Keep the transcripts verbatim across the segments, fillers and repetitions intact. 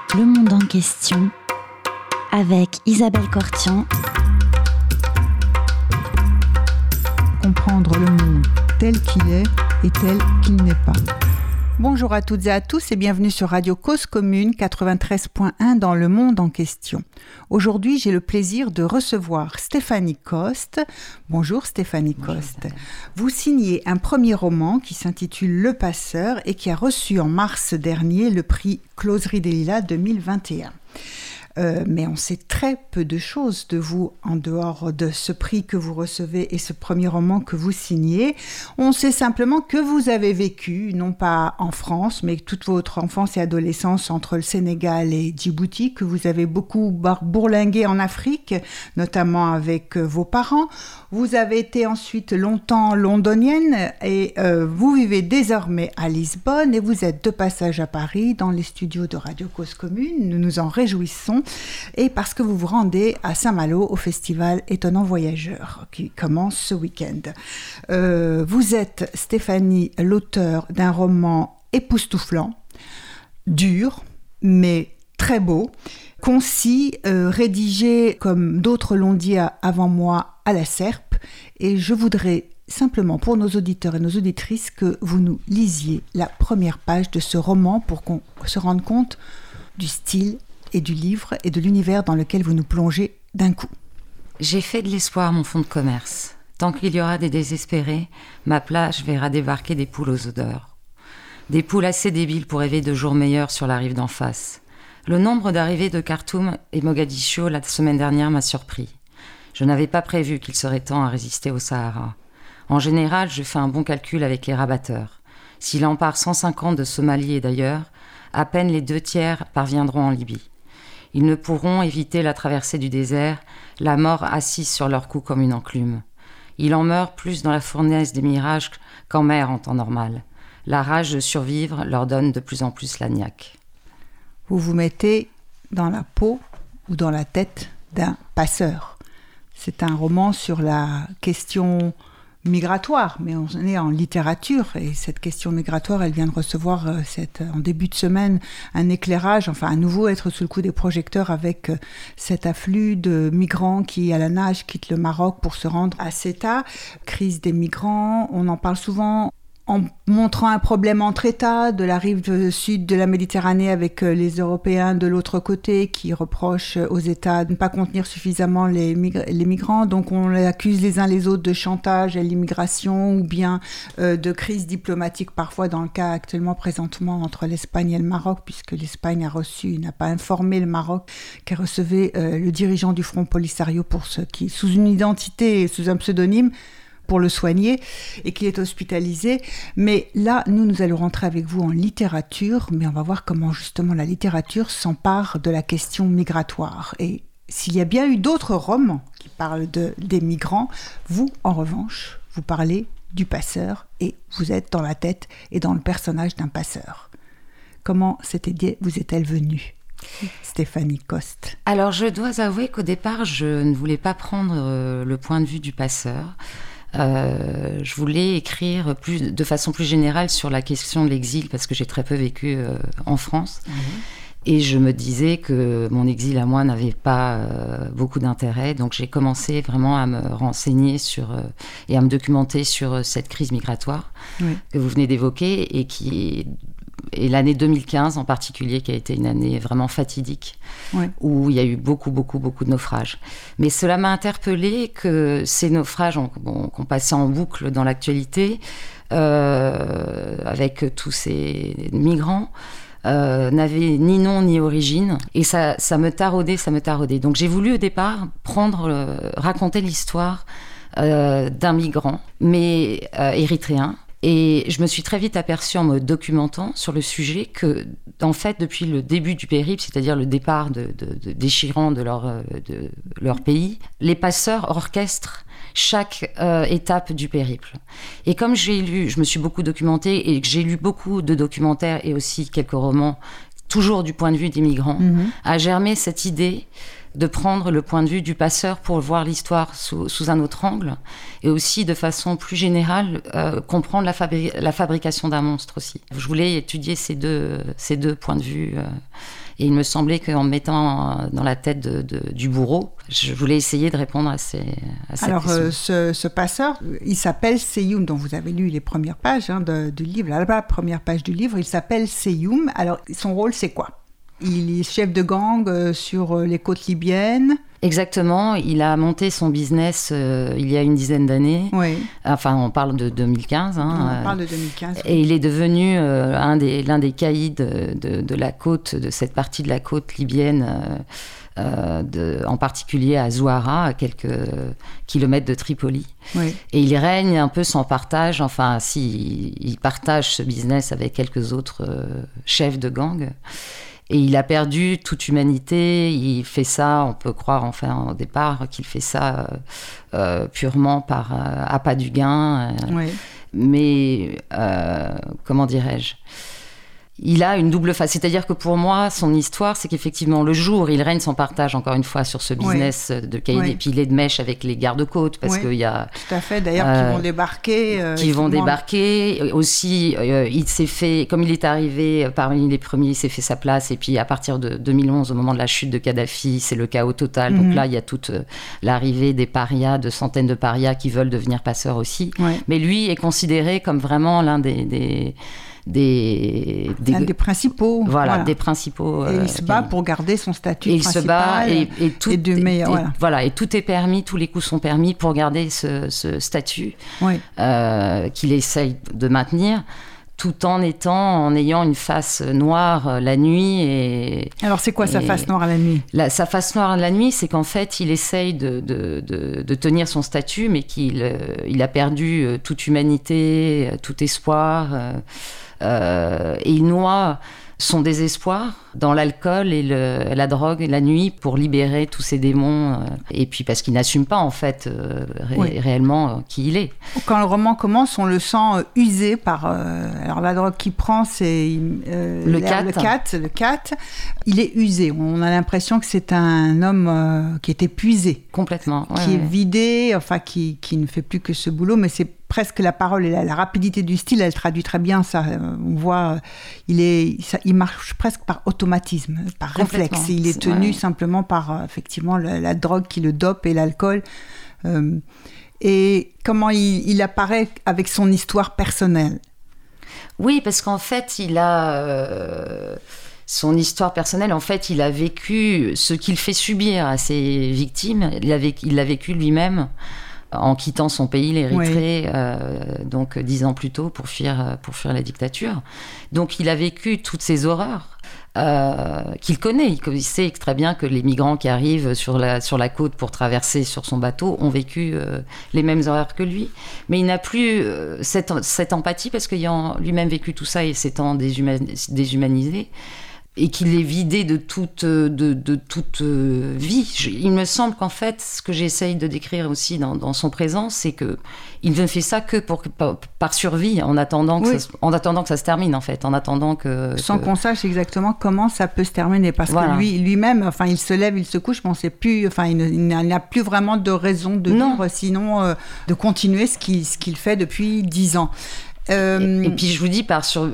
Le monde en question avec Isabelle Cortian. Comprendre le monde tel qu'il est et tel qu'il n'est pas. Bonjour à toutes et à tous et bienvenue sur Radio Cause Commune quatre-vingt-treize point un dans le monde en question. Aujourd'hui, j'ai le plaisir de recevoir Stéphanie Coste. Bonjour Stéphanie Bonjour, Coste. Madame. Vous signez un premier roman qui s'intitule Le Passeur et qui a reçu en mars dernier le prix Closerie des Lilas deux mille vingt et un. Euh, mais on sait très peu de choses de vous en dehors de ce prix que vous recevez et ce premier roman que vous signez. On sait simplement que vous avez vécu, non pas en France, mais toute votre enfance et adolescence entre le Sénégal et Djibouti, que vous avez beaucoup bourlingué en Afrique, notamment avec vos parents. Vous avez été ensuite longtemps londonienne et euh, vous vivez désormais à Lisbonne et vous êtes de passage à Paris dans les studios de Radio Cause Commune. Nous nous en réjouissons. Et parce que vous vous rendez à Saint-Malo au festival Étonnant Voyageur qui commence ce week-end. Euh, vous êtes, Stéphanie, l'auteur d'un roman époustouflant, dur, mais très beau, concis, euh, rédigé, comme d'autres l'ont dit à, avant moi, à la serpe. Et je voudrais simplement, pour nos auditeurs et nos auditrices, que vous nous lisiez la première page de ce roman pour qu'on se rende compte du style et du livre et de l'univers dans lequel vous nous plongez d'un coup. J'ai fait de l'espoir mon fonds de commerce. Tant qu'il y aura des désespérés, ma plage verra débarquer des poules aux odeurs. Des poules assez débiles pour rêver de jours meilleurs sur la rive d'en face. Le nombre d'arrivées de Khartoum et Mogadiscio la semaine dernière m'a surpris. Je n'avais pas prévu qu'il serait temps à résister au Sahara. En général, je fais un bon calcul avec les rabatteurs. S'il en part cent cinquante de Somalie et d'ailleurs, à peine les deux tiers parviendront en Libye. Ils ne pourront éviter la traversée du désert, la mort assise sur leur cou comme une enclume. Il en meurt plus dans la fournaise des mirages qu'en mer en temps normal. La rage de survivre leur donne de plus en plus la niaque. Vous vous mettez dans la peau ou dans la tête d'un passeur. C'est un roman sur la question migratoire, mais on est en littérature et cette question migratoire, elle vient de recevoir euh, cette, en début de semaine un éclairage, enfin à nouveau être sous le coup des projecteurs avec euh, cet afflux de migrants qui à la nage quittent le Maroc pour se rendre à Ceuta. Crise des migrants, on en parle souvent en montrant un problème entre États de la rive sud de la Méditerranée avec les Européens de l'autre côté qui reprochent aux États de ne pas contenir suffisamment les, mig- les migrants. Donc on les accuse les uns les autres de chantage à l'immigration ou bien euh, de crise diplomatique parfois dans le cas actuellement présentement entre l'Espagne et le Maroc puisque l'Espagne a reçu, n'a pas informé le Maroc qu'elle recevait euh, le dirigeant du Front Polisario pour ce qui, sous une identité et sous un pseudonyme, pour le soigner et qu'il est hospitalisé. Mais là, nous, nous allons rentrer avec vous en littérature, mais on va voir comment justement la littérature s'empare de la question migratoire. Et s'il y a bien eu d'autres romans qui parlent de, des migrants, vous, en revanche, vous parlez du passeur et vous êtes dans la tête et dans le personnage d'un passeur. Comment cette idée vous est-elle venue ? Stéphanie Coste. Alors, je dois avouer qu'au départ, je ne voulais pas prendre euh, le point de vue du passeur. Euh, je voulais écrire plus, de façon plus générale sur la question de l'exil parce que j'ai très peu vécu euh, en France. Mmh. Et je me disais que mon exil à moi n'avait pas euh, beaucoup d'intérêt. Donc j'ai commencé vraiment à me renseigner sur, euh, et à me documenter sur euh, cette crise migratoire oui. que vous venez d'évoquer et qui et l'année deux mille quinze en particulier, qui a été une année vraiment fatidique, ouais. où il y a eu beaucoup, beaucoup, beaucoup de naufrages. Mais cela m'a interpellée que ces naufrages ont, bon, qu'on passait en boucle dans l'actualité, euh, avec tous ces migrants, euh, n'avaient ni nom ni origine. Et ça, ça me taraudait, ça me taraudait. Donc j'ai voulu au départ prendre, euh, raconter l'histoire euh, d'un migrant, mais euh, érythréen. Et je me suis très vite aperçue en me documentant sur le sujet que, en fait, depuis le début du périple, c'est-à-dire le départ de, de, de déchirant de leur, de leur pays, les passeurs orchestrent chaque euh, étape du périple. Et comme j'ai lu, je me suis beaucoup documentée et que j'ai lu beaucoup de documentaires et aussi quelques romans, toujours du point de vue des migrants, mmh. a germé cette idée de prendre le point de vue du passeur pour voir l'histoire sous, sous un autre angle et aussi de façon plus générale euh, comprendre la, fabri- la fabrication d'un monstre aussi. Je voulais étudier ces deux, ces deux points de vue euh, Et il me semblait qu'en me mettant dans la tête de, de, du bourreau, je voulais essayer de répondre à, ces, à cette Alors, question. Euh, ce, ce passeur, il s'appelle Seyoum, dont vous avez lu les premières pages hein, de, du livre. Là, la première page du livre, il s'appelle Seyoum. Alors, son rôle, c'est quoi ? Il est chef de gang euh, sur les côtes libyennes. Exactement, il a monté son business euh, il y a une dizaine d'années. Oui. Enfin, on parle de deux mille quinze. Hein, on parle de deux mille quinze. Et oui. Il est devenu euh, un des, l'un des caïds de, de, de la côte, de cette partie de la côte libyenne, euh, euh, de, en particulier à Zouara, à quelques kilomètres de Tripoli. Oui. Et il règne un peu sans partage. Enfin, si, il partage ce business avec quelques autres euh, chefs de gang. Et il a perdu toute humanité. Il fait ça, on peut croire enfin au départ qu'il fait ça euh, purement par euh, appât du gain. Euh, oui. Mais euh, comment dirais-je ? Il a une double face. C'est-à-dire que pour moi, son histoire, c'est qu'effectivement, le jour, il règne sans partage, encore une fois, sur ce business oui. de caïd. Oui. Et puis, il est de mèche avec les gardes-côtes, parce oui. qu'il y a... Tout à fait, d'ailleurs, euh, qui vont débarquer. Euh, qui vont débarquer. Aussi, euh, il s'est fait... Comme il est arrivé parmi les premiers, il s'est fait sa place. Et puis, à partir de deux mille onze, au moment de la chute de Kadhafi, c'est le chaos total. Mm-hmm. Donc là, il y a toute euh, l'arrivée des parias, de centaines de parias qui veulent devenir passeurs aussi. Oui. Mais lui est considéré comme vraiment l'un des... des Des, des, un des principaux. Voilà, voilà. des principaux. Et euh, il se bat pour garder son statut et principal. Il se bat et, et, tout, et, de meilleur, et, voilà. voilà, et tout est permis, tous les coups sont permis pour garder ce, ce statut oui. euh, qu'il essaye de maintenir, tout en étant, en ayant une face noire la nuit. Et, Alors, c'est quoi sa face noire la nuit ? la, Sa face noire la nuit, c'est qu'en fait, il essaye de, de, de, de tenir son statut, mais qu'il euh, il a perdu euh, toute humanité, euh, tout espoir. Euh, Euh, et il noie son désespoir dans l'alcool et le, la drogue la nuit pour libérer tous ces démons euh, et puis parce qu'il n'assume pas en fait euh, ré- oui. réellement euh, qui il est. Quand le roman commence, on le sent euh, usé par euh, alors la drogue qu'il prend, c'est euh, le cat. le cat le cat il est usé, on a l'impression que c'est un homme euh, qui est épuisé complètement, ouais, qui ouais. est vidé, enfin qui, qui ne fait plus que ce boulot, mais c'est presque la parole et la, la rapidité du style, elle traduit très bien ça. On voit, il, est, ça, il marche presque par automatisme, par réflexe. Il est tenu ouais. simplement par, effectivement, la, la drogue qui le dope et l'alcool. Euh, et comment il, il apparaît avec son histoire personnelle. Oui, parce qu'en fait, il a... Euh... Son histoire personnelle, en fait, il a vécu ce qu'il fait subir à ses victimes. Il l'a vécu, il l'a vécu lui-même en quittant son pays, l'Érythrée, oui. euh, donc dix ans plus tôt pour fuir, pour fuir la dictature. Donc il a vécu toutes ces horreurs euh, qu'il connaît. Il sait très bien que les migrants qui arrivent sur la, sur la côte pour traverser sur son bateau ont vécu euh, les mêmes horreurs que lui. Mais il n'a plus euh, cette, cette empathie parce qu'ayant lui-même vécu tout ça et s'étant déshumanisé, déshumanisé et qu'il est vidé de toute, de, de toute vie. Je, il me semble qu'en fait, ce que j'essaye de décrire aussi dans, dans son présent, c'est qu'il ne fait ça que pour, par, par survie, en attendant, que oui. ça, en attendant que ça se termine, en fait, en attendant que... Sans que... qu'on sache exactement comment ça peut se terminer, parce voilà. que lui, lui-même, enfin, il se lève, il se couche, mais on sait plus, enfin, il, ne, il n'a plus vraiment de raison de non. vivre, sinon euh, de continuer ce qu'il, ce qu'il fait depuis dix ans. Euh... Et, et puis je vous dis par, sur,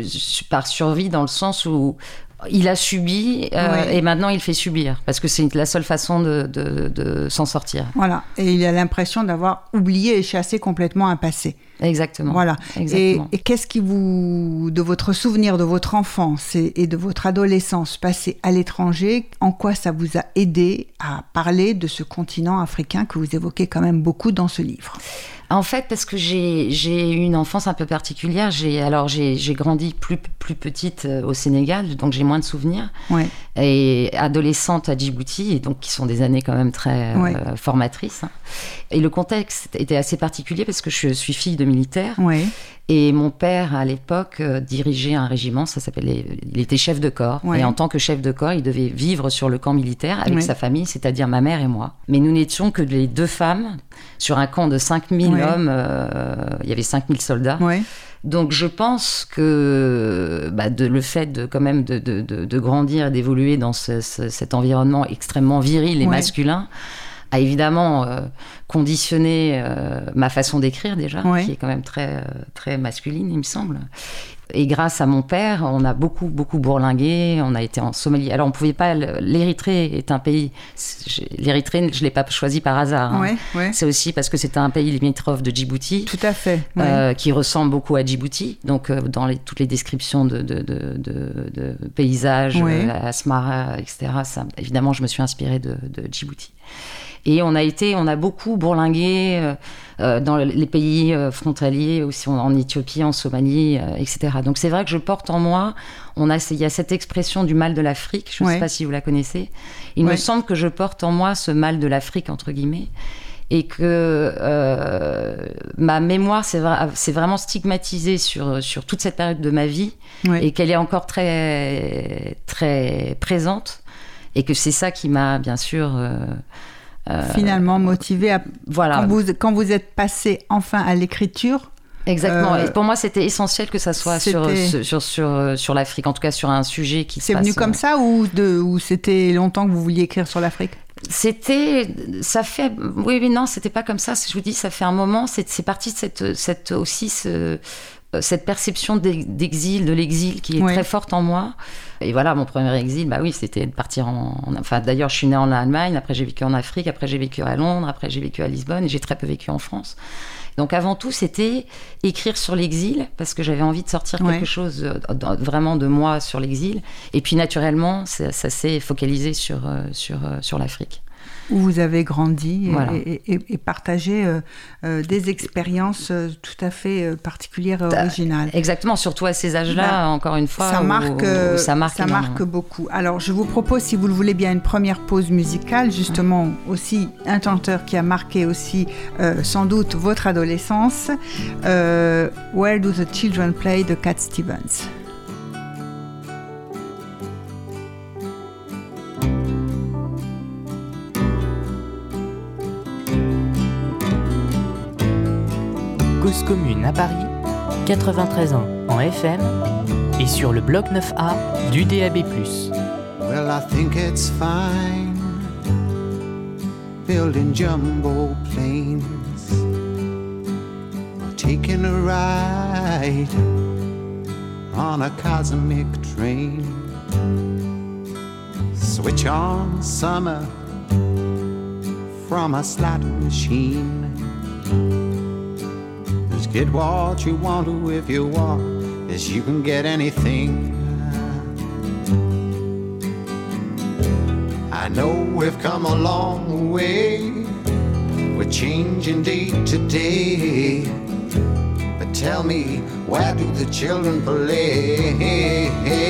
par survie dans le sens où il a subi euh, oui. et maintenant il fait subir parce que c'est la seule façon de, de, de s'en sortir. Voilà, et il a l'impression d'avoir oublié et chassé complètement un passé. Exactement. Voilà. Exactement. Et, et qu'est-ce qui vous, de votre souvenir de votre enfance et, et de votre adolescence passée à l'étranger, en quoi ça vous a aidé à parler de ce continent africain que vous évoquez quand même beaucoup dans ce livre ? En fait, parce que j'ai, j'ai eu une enfance un peu particulière. J'ai, alors, j'ai, j'ai grandi plus, plus petite au Sénégal, donc j'ai moins de souvenirs. Ouais. Et adolescente à Djibouti, et donc qui sont des années quand même très ouais. euh, formatrices. Et le contexte était assez particulier parce que je suis fille de militaire. Ouais. Et mon père, à l'époque, euh, dirigeait un régiment, ça s'appelait... Il était chef de corps. Ouais. Et en tant que chef de corps, il devait vivre sur le camp militaire avec ouais. sa famille, c'est-à-dire ma mère et moi. Mais nous n'étions que les deux femmes sur un camp de cinq mille ouais. hommes. Euh, il y avait cinq mille soldats. Ouais. Donc je pense que bah, de, le fait de, quand même de, de, de, de grandir et d'évoluer dans ce, ce, cet environnement extrêmement viril et ouais. masculin a évidemment euh, conditionné euh, ma façon d'écrire déjà, ouais. qui est quand même très, très masculine, il me semble. Et grâce à mon père, on a beaucoup, beaucoup bourlingué. On a été en Somalie. Alors, on ne pouvait pas... L'Érythrée est un pays... L'Érythrée, je ne l'ai pas choisi par hasard. Hein. Ouais, ouais. C'est aussi parce que c'était un pays limitrophe de Djibouti. Tout à fait. Ouais. Euh, qui ressemble beaucoup à Djibouti. Donc, euh, dans les, toutes les descriptions de, de, de, de, de paysages, ouais. euh, Asmara, et cetera, ça, évidemment, je me suis inspirée de, de Djibouti. Et on a été, on a beaucoup bourlingué euh, euh, dans les pays euh, frontaliers, aussi en Éthiopie, en Somalie, euh, et cetera. Donc c'est vrai que je porte en moi, on a, il y a cette expression du mal de l'Afrique, je ne ouais. sais pas si vous la connaissez. Il ouais. me semble que je porte en moi ce mal de l'Afrique, entre guillemets, et que euh, ma mémoire s'est, s'est vraiment stigmatisée sur, sur toute cette période de ma vie, ouais. et qu'elle est encore très, très présente, et que c'est ça qui m'a, bien sûr... Euh, Euh, finalement motivé à voilà. quand vous quand vous êtes passé enfin à l'écriture. Exactement. Euh, et pour moi, c'était essentiel que ça soit sur, sur sur sur l'Afrique, en tout cas sur un sujet qui. C'est se venu passe, comme euh... ça ou de ou c'était longtemps que vous vouliez écrire sur l'Afrique? C'était, ça fait, oui, oui, non, c'était pas comme ça. Je vous dis, ça fait un moment. C'est, c'est parti de cette, cette aussi ce, cette perception d'exil, de l'exil qui est oui. très forte en moi. Et voilà, mon premier exil, bah oui, c'était de partir en, en... Enfin, d'ailleurs, je suis née en Allemagne, après j'ai vécu en Afrique, après j'ai vécu à Londres, après j'ai vécu à Lisbonne, et j'ai très peu vécu en France. Donc avant tout, c'était écrire sur l'exil, parce que j'avais envie de sortir ouais. quelque chose de, vraiment de moi sur l'exil. Et puis naturellement, ça, ça s'est focalisé sur, sur, sur l'Afrique. Où vous avez grandi et, voilà. et, et, et partagé euh, euh, des expériences euh, tout à fait euh, particulières et originales. Exactement, surtout à ces âges-là, bah, encore une fois, ça marque, où, où ça marque, ça marque beaucoup. Alors, je vous propose, si vous le voulez bien, une première pause musicale, justement aussi un chanteur qui a marqué aussi euh, sans doute votre adolescence, euh, Where Do the Children Play de Cat Stevens. Cause commune à Paris, quatre-vingt-treize ans en F M et sur le bloc neuf A du D A B plus. Well, I think it's fine building jumbo planes or taking a ride on a cosmic train. Switch on summer from a slot machine. Get what you want to if you want, as you can get anything. I know we've come a long way, we're changing day to day. But tell me, where do the children play?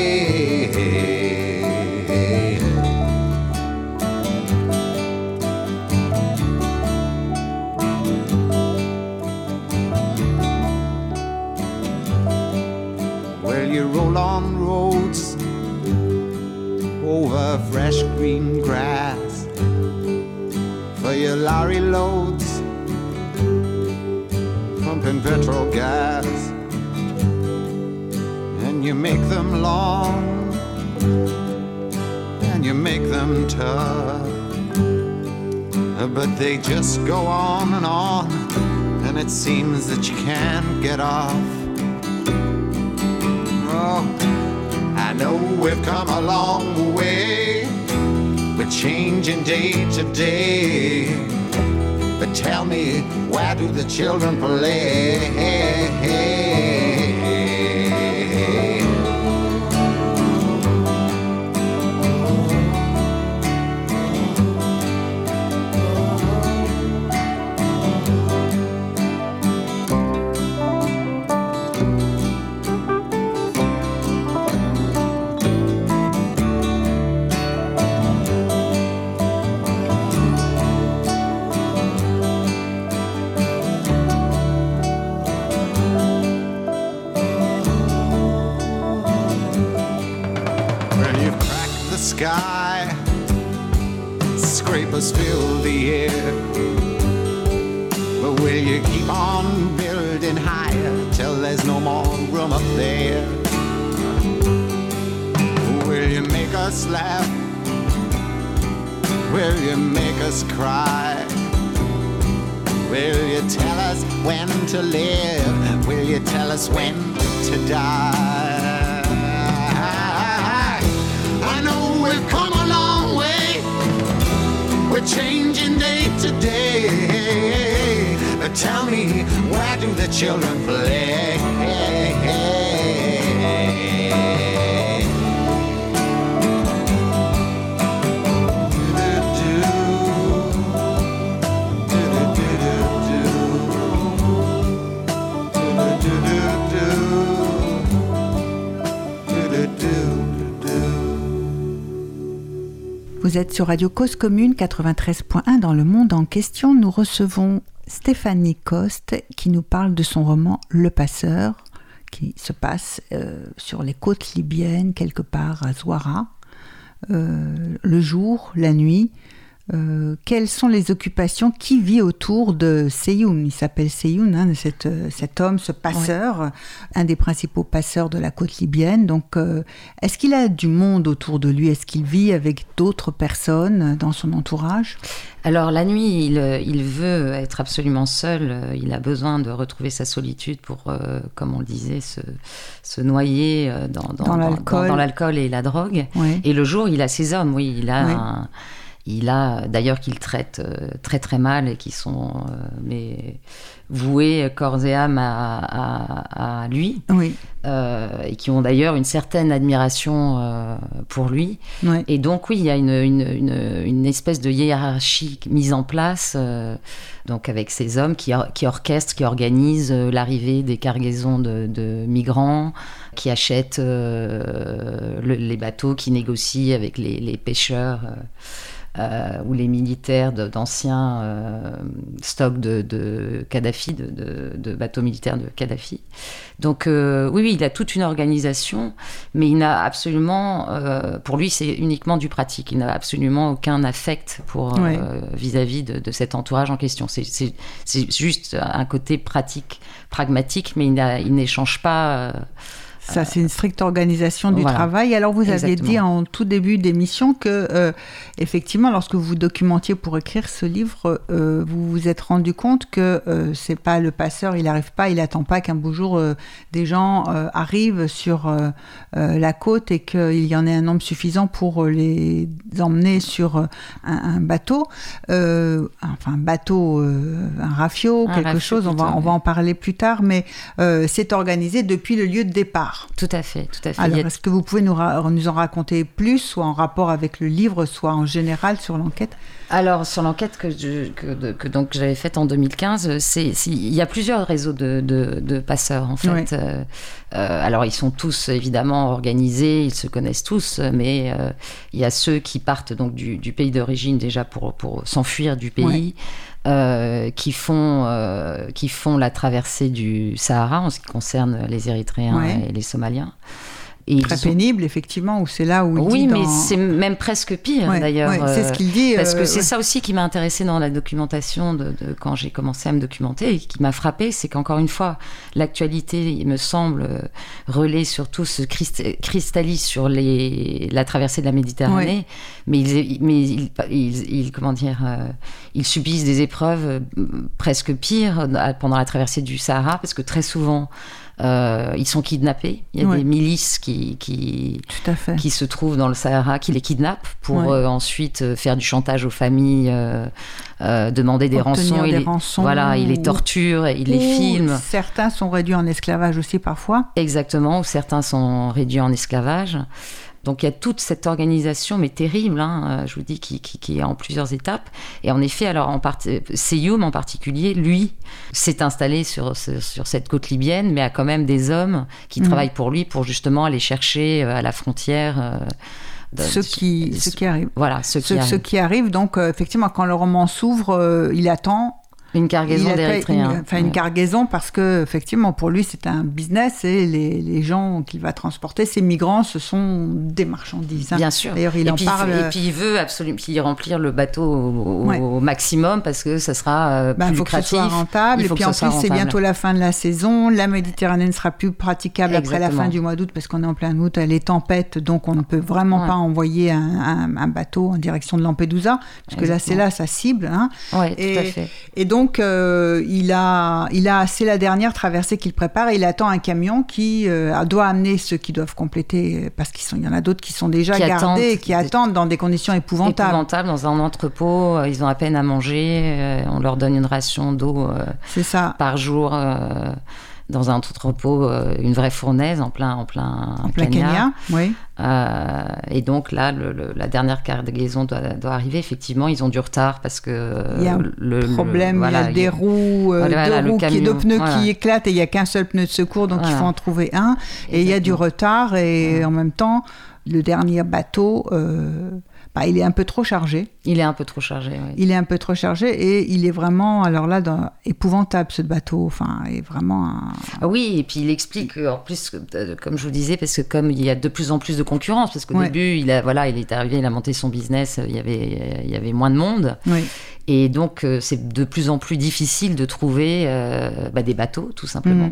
You roll on roads over fresh green grass for your lorry loads, pumping petrol gas, and you make them long and you make them tough, but they just go on and on, and it seems that you can't get off. I know we've come a long way, we're changing day to day. But tell me, where do the children play? Sky, scrapers fill the air, but will you keep on building higher till there's no more room up there? Will you make us laugh? Will you make us cry? Will you tell us when to live? Will you tell us when to die? I know we've come a long way. We're changing day to day. But tell me, where do the children play? Vous êtes sur Radio Cause Commune quatre-vingt-treize point un dans le monde en question. Nous recevons Stéphanie Coste qui nous parle de son roman Le Passeur qui se passe euh, sur les côtes libyennes, quelque part à Zouara, euh, le jour, la nuit. Euh, quelles sont les occupations? Qui vit autour de Seyoun? Il s'appelle Seyoun, hein, cet, cet homme, ce passeur, ouais. Un des principaux passeurs de la côte libyenne. Donc, euh, est-ce qu'il a du monde autour de lui? Est-ce qu'il vit avec d'autres personnes dans son entourage? Alors, la nuit, il, il veut être absolument seul. Il a besoin de retrouver sa solitude pour, euh, comme on le disait, se, se noyer dans, dans, dans, l'alcool. Dans, dans l'alcool et la drogue. Ouais. Et le jour, il a ses hommes, oui. Il a... Ouais. Un, Il a, d'ailleurs, qu'il traite euh, très très mal et qui sont euh, mais, voués corps et âme à, à, à lui. Oui. Euh, et qui ont d'ailleurs une certaine admiration euh, pour lui. Oui. Et donc, oui, il y a une, une, une, une espèce de hiérarchie mise en place, euh, donc avec ces hommes qui, qui orchestrent, qui organisent euh, l'arrivée des cargaisons de, de migrants, qui achètent euh, le, les bateaux, qui négocient avec les, les pêcheurs. Euh, Euh, ou les militaires de, d'anciens euh, stocks de, de Kadhafi, de, de, de bateaux militaires de Kadhafi. Donc euh, oui, oui, il a toute une organisation, mais il n'a absolument, euh, pour lui, c'est uniquement du pratique. Il n'a absolument aucun affect pour, oui. euh, vis-à-vis de, de cet entourage en question. C'est, c'est, c'est juste un côté pratique, pragmatique, mais il, n'a, il n'échange pas... Euh, Ça, c'est une stricte organisation du voilà. travail. Alors, vous Exactement. aviez dit en tout début d'émission que, euh, effectivement, lorsque vous vous documentiez pour écrire ce livre, euh, vous vous êtes rendu compte que euh, c'est pas le passeur, il n'arrive pas, il n'attend pas qu'un beau jour euh, des gens euh, arrivent sur euh, euh, la côte et qu'il y en ait un nombre suffisant pour les emmener sur euh, un, un bateau, euh, enfin un bateau, euh, un rafio, un quelque rafio chose. On va, on va en parler plus tard, mais euh, c'est organisé depuis le lieu de départ. Tout à fait, tout à fait. Alors, est-ce que vous pouvez nous, ra- nous en raconter plus, soit en rapport avec le livre, soit en général sur l'enquête? Alors, sur l'enquête que, je, que, de, que donc, j'avais faite en deux mille quinze, c'est, c'est, il y a plusieurs réseaux de, de, de passeurs, en fait. Oui. Euh, euh, alors, ils sont tous, évidemment, organisés, ils se connaissent tous, mais euh, il y a ceux qui partent donc, du, du pays d'origine, déjà, pour, pour s'enfuir du pays. Oui. Euh, qui font euh, qui font la traversée du Sahara en ce qui concerne les Érythréens ouais. et les Somaliens. Et Très pénible, ont... effectivement, où c'est là où il oui, dit... mais dans... c'est même presque pire, ouais, d'ailleurs. Ouais, c'est ce qu'il dit. Parce que euh, c'est ouais. ça aussi qui m'a intéressée dans la documentation, de, de, quand j'ai commencé à me documenter, et qui m'a frappée, c'est qu'encore une fois, l'actualité, il me semble, relaie surtout, se cristallise sur les, la traversée de la Méditerranée, ouais. mais, ils, mais ils, ils, ils, comment dire, euh, ils subissent des épreuves presque pires pendant la traversée du Sahara, parce que très souvent... Euh, ils sont kidnappés. Il y a ouais. des milices qui, qui, qui se trouvent dans le Sahara, qui les kidnappent pour ouais. euh, ensuite faire du chantage aux familles, euh, euh, demander des rançons. Des ils, rançons voilà, ils les torturent, ils les filment. Certains sont réduits en esclavage aussi parfois. Exactement, certains sont réduits en esclavage. Donc il y a toute cette organisation, mais terrible, hein, je vous dis, qui, qui, qui est en plusieurs étapes. Et en effet, alors en part... Seyoum en particulier, lui, s'est installé sur, sur, sur cette côte libyenne, mais a quand même des hommes qui mmh. travaillent pour lui, pour justement aller chercher à la frontière... Euh, De, ceux, qui, de, ceux qui arrivent. Voilà, ceux qui ceux, arrivent. Ceux qui arrivent, donc euh, effectivement, quand le roman s'ouvre, euh, il attend... Une cargaison d'Érythréens. Une, enfin, ouais. une cargaison parce que, effectivement, pour lui, c'est un business et les, les gens qu'il va transporter, ces migrants, ce sont des marchandises. Hein. Bien sûr. D'ailleurs, il et en puis, parle. Et puis, il veut absolument puis remplir le bateau au, ouais. au maximum parce que ça sera euh, plus ben, lucratif. Il faut que ce soit rentable. Et puis, en plus, c'est bientôt la fin de la saison. La Méditerranée ne sera plus praticable Exactement. Après la fin du mois d'août parce qu'on est en plein août. Les tempêtes, donc on ne peut vraiment ouais. pas envoyer un, un, un bateau en direction de Lampedusa parce que là, c'est là sa cible. Hein. Oui, et, tout à fait. Et donc, donc, euh, il a, il a, c'est la dernière traversée qu'il prépare et il attend un camion qui euh, doit amener ceux qui doivent compléter, parce qu'il y en a d'autres qui sont déjà qui gardés, attendent, qui attendent dans des conditions épouvantables. Épouvantables, dans un entrepôt, ils ont à peine à manger, euh, on leur donne une ration d'eau euh, c'est ça. par jour. Euh, dans un entrepôt, euh, une vraie fournaise en plein, en plein, en plein Kenya. Kenya oui. Euh, et donc là, le, le, la dernière cargaison doit, doit arriver. Effectivement, ils ont du retard parce que il y a un le problème. Le, voilà, il y a des il y a, roues, euh, voilà, deux roues, camion, qui, deux pneus voilà. qui éclatent et il y a qu'un seul pneu de secours, donc voilà. il faut en trouver un. Exactement. Et il y a du retard et voilà. en même temps, le dernier bateau. Euh, Bah, il est un peu trop chargé. Il est un peu trop chargé, oui. Il est un peu trop chargé et il est vraiment, alors là, dans, épouvantable, ce bateau. Enfin, est vraiment un... ah oui, et puis il explique, en plus, comme je vous disais, parce que comme il y a de plus en plus de concurrence, parce qu'au ouais. début, il, a, voilà, il est arrivé, il a monté son business, il y avait, il y avait moins de monde. Oui. Et donc, c'est de plus en plus difficile de trouver euh, bah, des bateaux, tout simplement. Mmh.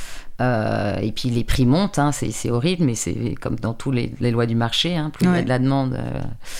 Euh, et puis les prix montent, hein, c'est, c'est horrible, mais c'est comme dans tous les, les lois du marché, hein, plus ouais. il y a de la demande, euh,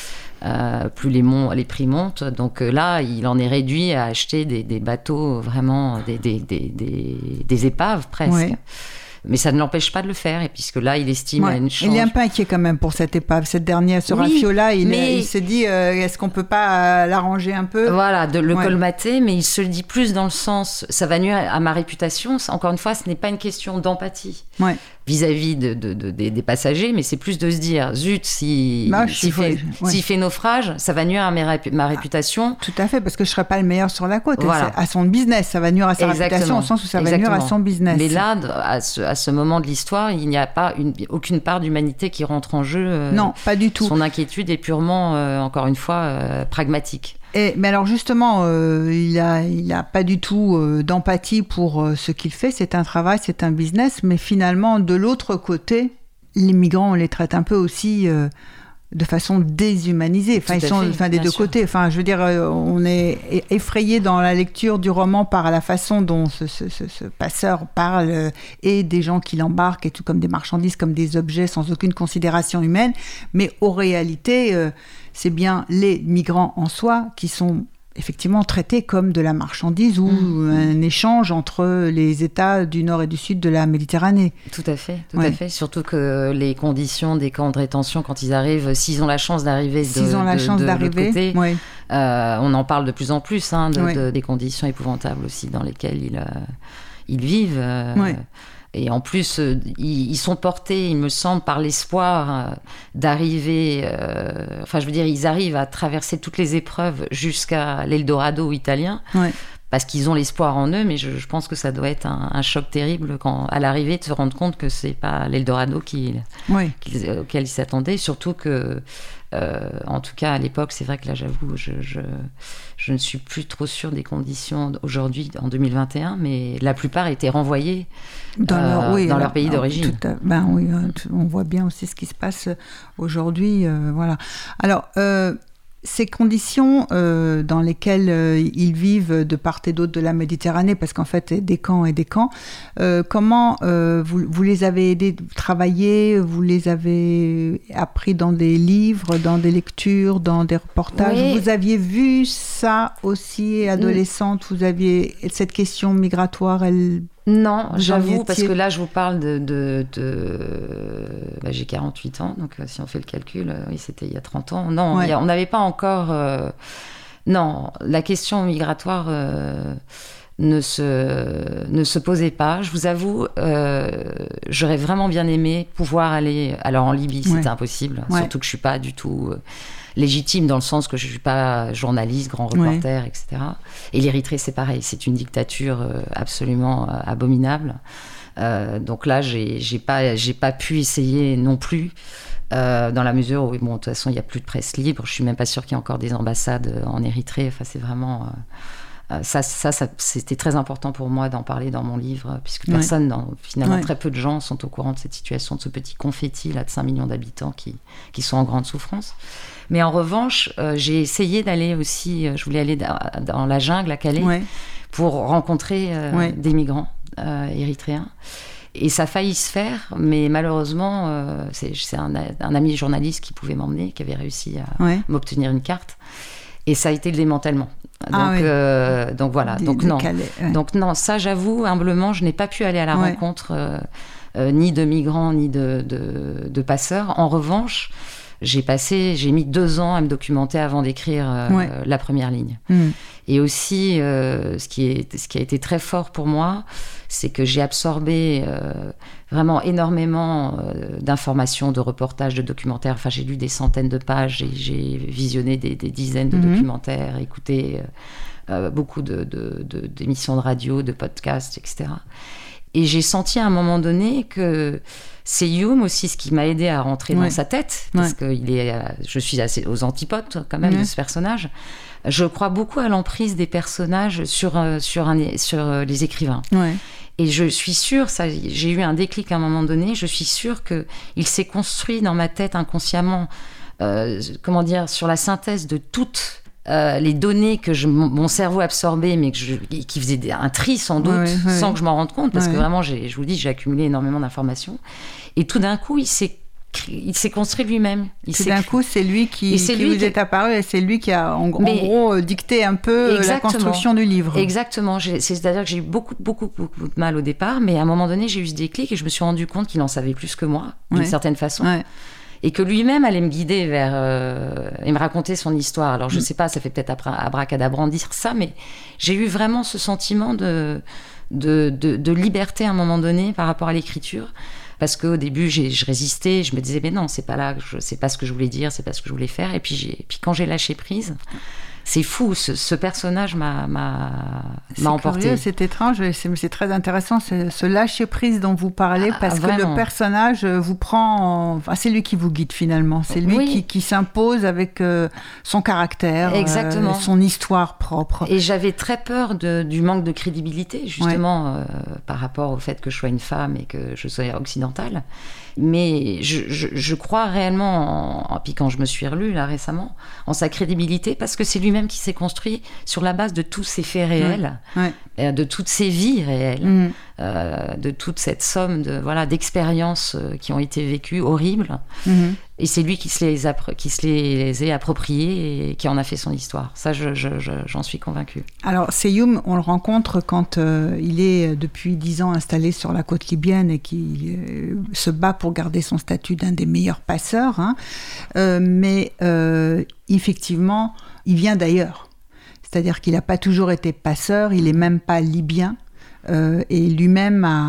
euh, plus les, mon- les prix montent. Donc euh, là, il en est réduit à acheter des, des bateaux, vraiment des, des, des, des, des épaves presque. Ouais. Mais ça ne l'empêche pas de le faire, et puisque là, il estime ouais. à une chance. Il est un peu inquiet quand même pour cette épave. Cette dernière, ce oui, Rafiola, il, mais... il s'est dit, euh, est-ce qu'on ne peut pas euh, l'arranger un peu ? Voilà, de le ouais. colmater, mais il se le dit plus dans le sens, ça va nuire à ma réputation. Encore une fois, ce n'est pas une question d'empathie. Ouais. Vis-à-vis de, de, de, de, des passagers, mais c'est plus de se dire, zut, si, bah, s'il, fait, ouais. s'il fait naufrage, ça va nuire à ma, ma réputation. Ah, tout à fait, parce que je ne serai pas le meilleur sur la côte. Voilà. À son business, ça va nuire à sa Exactement. réputation, au sens où ça Exactement. va nuire à son business. Mais là, à ce, à ce moment de l'histoire, il n'y a pas une, aucune part d'humanité qui rentre en jeu. Euh, non, pas du tout. Son inquiétude est purement, euh, encore une fois, euh, pragmatique. Et, mais alors justement, euh, il n'a il a pas du tout euh, d'empathie pour euh, ce qu'il fait. C'est un travail, c'est un business. Mais finalement, de l'autre côté, les migrants, on les traite un peu aussi euh, de façon déshumanisée. Enfin, ils sont fait, enfin, des deux sûr. côtés. Enfin, je veux dire, euh, on est effrayé dans la lecture du roman par la façon dont ce, ce, ce, ce passeur parle euh, et des gens qui l'embarquent, et tout comme des marchandises, comme des objets sans aucune considération humaine. Mais en réalité... Euh, c'est bien les migrants en soi qui sont effectivement traités comme de la marchandise ou mmh. un échange entre les États du nord et du sud de la Méditerranée. Tout à fait, tout ouais. à fait. Surtout que les conditions des camps de rétention, quand ils arrivent, s'ils ont la chance d'arriver de, s'ils ont la de, chance de, d'arriver, de côté, ouais. euh, on en parle de plus en plus, hein, de, ouais. de, des conditions épouvantables aussi dans lesquelles ils, euh, ils vivent. Euh, ouais. Et en plus, euh, ils, ils sont portés, il me semble, par l'espoir euh, d'arriver... Euh, enfin, je veux dire, ils arrivent à traverser toutes les épreuves jusqu'à l'Eldorado italien, ouais. parce qu'ils ont l'espoir en eux, mais je, je pense que ça doit être un, un choc terrible quand, à l'arrivée, de se rendre compte que c'est pas l'Eldorado qui, ouais. qui, auquel ils s'attendaient, surtout que... Euh, en tout cas, à l'époque, c'est vrai que là, j'avoue, je, je, je ne suis plus trop sûre des conditions aujourd'hui, en deux mille vingt et un, mais la plupart étaient renvoyés dans leur, euh, oui, dans leur pays d'origine. Tout à, ben oui, on voit bien aussi ce qui se passe aujourd'hui. Euh, voilà. Alors, euh, ces conditions euh, dans lesquelles euh, ils vivent de part et d'autre de la Méditerranée, parce qu'en fait, des camps et des camps, euh, comment euh, vous, vous les avez aidés à travailler, vous les avez appris dans des livres, dans des lectures, dans des reportages. Oui. Vous aviez vu ça aussi, adolescente, vous aviez cette question migratoire, elle... Non, j'avoue, parce que là, je vous parle de... de, de... Bah, j'ai quarante-huit ans, donc si on fait le calcul, euh, oui, c'était il y a trente ans. Non, ouais. a, on n'avait pas encore... Euh... Non, la question migratoire euh, ne, se, ne se posait pas. Je vous avoue, euh, j'aurais vraiment bien aimé pouvoir aller... Alors, en Libye, ouais. c'était impossible, ouais. surtout que je ne suis pas du tout... Euh, légitime dans le sens que je ne suis pas journaliste, grand reporter, ouais. et cetera. Et l'Érythrée, c'est pareil, c'est une dictature euh, absolument euh, abominable. Euh, donc là, j'ai, j'ai pas, j'ai pas pu essayer non plus, euh, dans la mesure où, bon, de toute façon, il n'y a plus de presse libre. Je ne suis même pas sûre qu'il y ait encore des ambassades en Érythrée. Enfin, c'est vraiment... Euh, Ça, ça, ça, c'était très important pour moi d'en parler dans mon livre, puisque personne, ouais. dans, finalement, ouais. très peu de gens sont au courant de cette situation, de ce petit confetti là, de cinq millions d'habitants qui, qui sont en grande souffrance. Mais en revanche, euh, j'ai essayé d'aller aussi, euh, je voulais aller dans, dans la jungle à Calais, ouais. pour rencontrer euh, ouais. des migrants euh, érythréens. Et ça a failli se faire, mais malheureusement, euh, c'est, c'est un, un ami journaliste qui pouvait m'emmener, qui avait réussi à ouais. m'obtenir une carte. Et ça a été le démantèlement. Donc, ah, oui. euh, donc voilà. Des, donc, de non. Calais, ouais. donc non, ça j'avoue, humblement, je n'ai pas pu aller à la ouais. rencontre euh, euh, ni de migrants, ni de, de, de passeurs. En revanche, j'ai passé, j'ai mis deux ans à me documenter avant d'écrire euh, ouais. la première ligne. Mmh. Et aussi, euh, ce, qui est, ce qui a été très fort pour moi, c'est que j'ai absorbé euh, vraiment énormément euh, d'informations, de reportages, de documentaires. Enfin, j'ai lu des centaines de pages, et j'ai visionné des, des dizaines de mmh. documentaires, écouté euh, euh, beaucoup de, de, de, d'émissions de radio, de podcasts, et cetera. Et j'ai senti à un moment donné que c'est Hume aussi ce qui m'a aidé à rentrer ouais. dans sa tête, parce ouais. que il est, je suis assez aux antipodes quand même ouais. de ce personnage. Je crois beaucoup à l'emprise des personnages sur, sur, un, sur les écrivains. Ouais. Et je suis sûre, ça, j'ai eu un déclic à un moment donné, je suis sûre qu'il s'est construit dans ma tête inconsciemment, euh, comment dire, sur la synthèse de toutes euh, les données que je, mon, mon cerveau absorbait, mais que je, qui faisait un tri sans doute, ouais, ouais. sans que je m'en rende compte, parce ouais. que vraiment, j'ai, je vous dis, j'ai accumulé énormément d'informations. Et tout d'un coup, il s'est il s'est construit lui-même. Il tout d'un coup, c'est lui qui, c'est qui lui vous qui... est apparu et c'est lui qui a, en, en gros, dicté un peu exactement. La construction du livre. Exactement. J'ai, c'est-à-dire que j'ai eu beaucoup, beaucoup, beaucoup de mal au départ, mais à un moment donné, j'ai eu ce déclic et je me suis rendu compte qu'il en savait plus que moi, d'une ouais. certaine façon. Ouais. Et que lui-même allait me guider vers... Euh, et me raconter son histoire. Alors, je ne sais pas, ça fait peut-être abracadabrant dire ça, mais j'ai eu vraiment ce sentiment de, de, de, de liberté à un moment donné par rapport à l'écriture. Parce qu'au début, j'ai, je résistais, je me disais, mais non, c'est pas là, je, c'est pas ce que je voulais dire, c'est pas ce que je voulais faire. Et puis, j'ai, puis quand j'ai lâché prise, c'est fou, ce, ce personnage m'a, m'a, c'est m'a emporté. Curieux, c'est étrange, c'est, c'est très intéressant, c'est ce lâcher prise dont vous parlez, parce ah, que le personnage vous prend, en... enfin, c'est lui qui vous guide finalement, c'est lui oui. qui, qui s'impose avec euh, son caractère, exactement. Euh, son histoire propre. Et j'avais très peur de, du manque de crédibilité, justement, ouais. euh, par rapport au fait que je sois une femme et que je sois occidentale. Mais je, je, je crois réellement, en, puis quand je me suis relue là récemment, en sa crédibilité, parce que c'est lui-même qui s'est construit sur la base de tous ces faits réels, ouais. Ouais. de toutes ces vies réelles, mmh. euh, de toute cette somme de, voilà, d'expériences qui ont été vécues horribles. Mmh. Et c'est lui qui se les, appro- qui se les est appropriées et qui en a fait son histoire. Ça, je, je, je, j'en suis convaincue. Alors, Seyhoum, on le rencontre quand euh, il est depuis dix ans installé sur la côte libyenne et qui euh, se bat pour garder son statut d'un des meilleurs passeurs. Hein. Euh, mais euh, effectivement, il vient d'ailleurs. C'est-à-dire qu'il n'a pas toujours été passeur, il n'est même pas libyen. Euh, et lui-même a,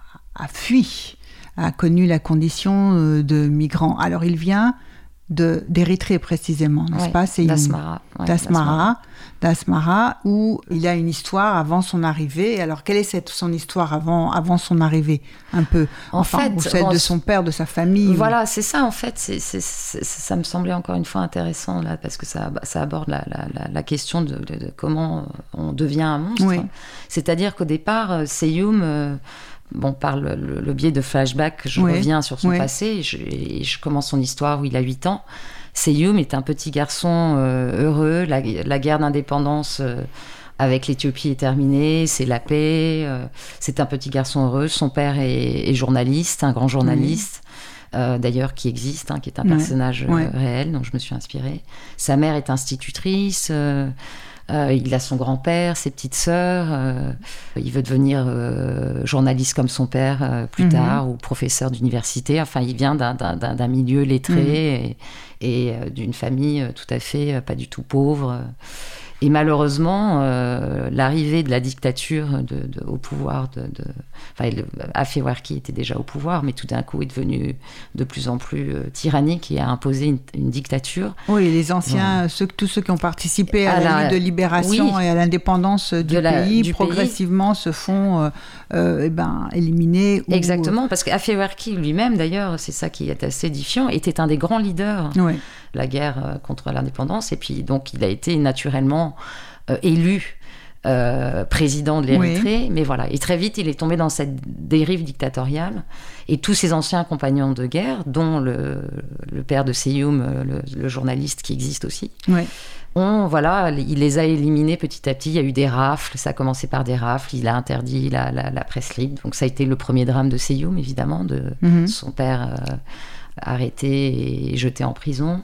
a fui. A connu la condition de migrant. Alors, il vient de, d'Érythrée précisément, n'est-ce ouais, pas ? C'est d'Asmara. Une... Ouais, d'Asmara, d'Asmara, où il a une histoire avant son arrivée. Alors, quelle est cette, son histoire avant, avant son arrivée ? Un peu, en enfin, fait, ou celle bon, de son père, de sa famille. Voilà, ou... c'est ça, en fait. C'est, c'est, c'est, ça me semblait encore une fois intéressant, là, parce que ça, ça aborde la, la, la, la question de, de, de comment on devient un monstre. Oui. C'est-à-dire qu'au départ, Seyhoum... Euh, Bon, par le, le, le biais de flashback, je oui, reviens sur son oui. passé et je, et je commence son histoire où il a huit ans. Seyhoum est un petit garçon euh, heureux, la, la guerre d'indépendance euh, avec l'Éthiopie est terminée, c'est la paix, euh, c'est un petit garçon heureux. Son père est, est journaliste, un grand journaliste, oui. euh, d'ailleurs qui existe, hein, qui est un personnage oui. euh, oui. réel, dont je me suis inspirée. Sa mère est institutrice. Euh, Euh, il a son grand-père, ses petites sœurs. Euh, il veut devenir euh, journaliste comme son père euh, plus mmh. tard, ou professeur d'université. Enfin, il vient d'un, d'un, d'un milieu lettré mmh. et, et euh, d'une famille euh, tout à fait euh, pas du tout pauvre. Et malheureusement, euh, l'arrivée de la dictature de, de, au pouvoir, de, de, enfin, Afewerki était déjà au pouvoir, mais tout d'un coup est devenu de plus en plus euh, tyrannique et a imposé une, une dictature. Oui, les anciens, ouais. ceux, tous ceux qui ont participé à, à la, la lutte de libération oui, et à l'indépendance du la, pays, du progressivement pays. se font euh, euh, eh ben, éliminer. Ou... Exactement, parce qu'Afewerki lui-même, d'ailleurs, c'est ça qui est assez édifiant, était un des grands leaders. Oui. La guerre contre l'indépendance, et puis donc il a été naturellement euh, élu euh, président de l'Érythrée, oui. mais voilà, et très vite il est tombé dans cette dérive dictatoriale, et tous ses anciens compagnons de guerre, dont le, le père de Seyhoum, le, le journaliste qui existe aussi, oui. on, voilà, il les a éliminés petit à petit. Il y a eu des rafles, ça a commencé par des rafles, il a interdit la, la, la presse libre, donc ça a été le premier drame de Seyhoum, évidemment, de mm-hmm. son père... Euh, arrêté et jeté en prison.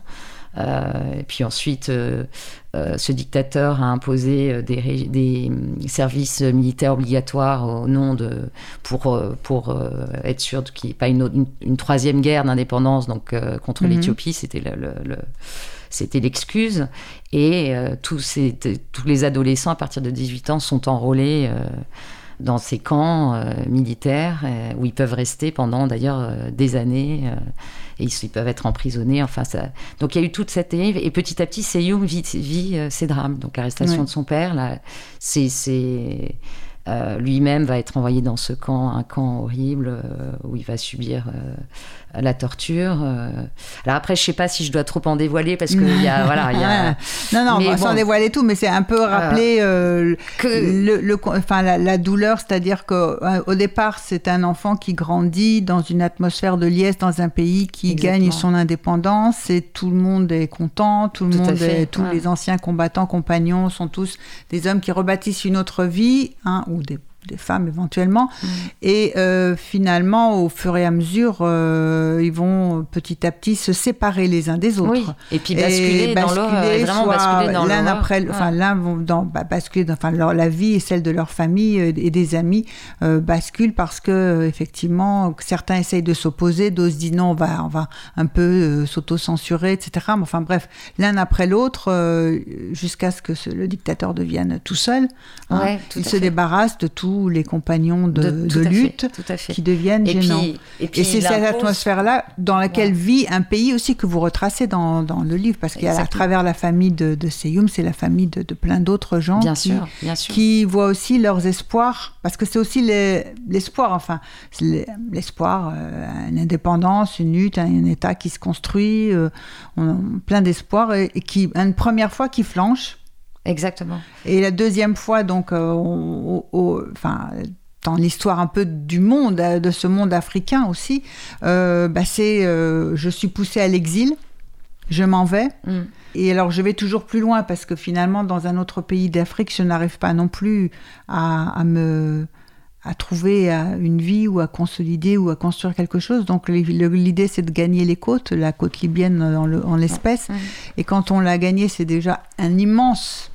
Euh, et puis ensuite, euh, euh, ce dictateur a imposé des, ré- des services militaires obligatoires au nom de, pour, pour euh, être sûr qu'il n'y ait pas une, autre, une, une troisième guerre d'indépendance donc, euh, contre mm-hmm. l'Éthiopie. C'était, le, le, le, c'était l'excuse. Et euh, tous, ces, t- tous les adolescents à partir de dix-huit ans sont enrôlés euh, dans ces camps euh, militaires euh, où ils peuvent rester pendant d'ailleurs euh, des années. Euh, et ils, ils peuvent être emprisonnés. Enfin, ça... Donc il y a eu toute cette dérive. Et petit à petit, Seyum vit, vit euh, ces drames. Donc l'arrestation oui. de son père, là, c'est, c'est... Euh, lui-même va être envoyé dans ce camp, un camp horrible euh, où il va subir euh, la torture. Euh. Alors après, je sais pas si je dois trop en dévoiler parce que il y a voilà, il y a. Non non, mais sans bon. dévoiler tout, mais c'est un peu rappeler euh, que le, le, enfin la, la douleur, c'est-à-dire que euh, au départ, c'est un enfant qui grandit dans une atmosphère de liesse dans un pays qui Exactement. gagne son indépendance et tout le monde est content, tout le tout monde, est, tous ouais. les anciens combattants, compagnons sont tous des hommes qui rebâtissent une autre vie, hein, ou des des femmes éventuellement, mmh. et euh, finalement, au fur et à mesure, euh, ils vont petit à petit se séparer les uns des autres. Oui. Et puis basculer, et dans basculer, l'horreur, vraiment basculer dans l'un l'horreur. Après, ouais. Enfin, l'un vont dans, bah, basculer, dans, enfin, leur, la vie et celle de leur famille et des amis euh, basculent parce que effectivement, certains essayent de s'opposer, d'autres disent non, on va, on va un peu euh, s'auto-censurer, et cetera. Mais enfin bref, l'un après l'autre, euh, jusqu'à ce que ce, le dictateur devienne tout seul. Hein, ouais, tout il se fait. débarrasse de tout les compagnons de, de, de lutte fait, qui deviennent et gênants. Puis, et, puis et c'est cette atmosphère-là dans laquelle ouais. vit un pays aussi que vous retracez dans, dans le livre, parce qu'il y a à travers la famille de, de Seyum, c'est la famille de, de plein d'autres gens bien qui, sûr, bien sûr. qui voient aussi leurs espoirs, parce que c'est aussi les, l'espoir, enfin, c'est l'espoir, euh, une indépendance, une lutte, un, un État qui se construit, euh, on a plein d'espoirs, et, et qui, une première fois qui flanche. Exactement. Et la deuxième fois, donc, euh, au, au, enfin, dans l'histoire un peu du monde, de ce monde africain aussi, euh, bah c'est euh, je suis poussée à l'exil, je m'en vais. Mm. Et alors, je vais toujours plus loin parce que finalement, dans un autre pays d'Afrique, je n'arrive pas non plus à, à me... à trouver une vie ou à consolider ou à construire quelque chose. Donc l'idée, c'est de gagner les côtes, la côte libyenne en, le, en l'espèce. Mmh. Et quand on l'a gagnée, c'est déjà un immense,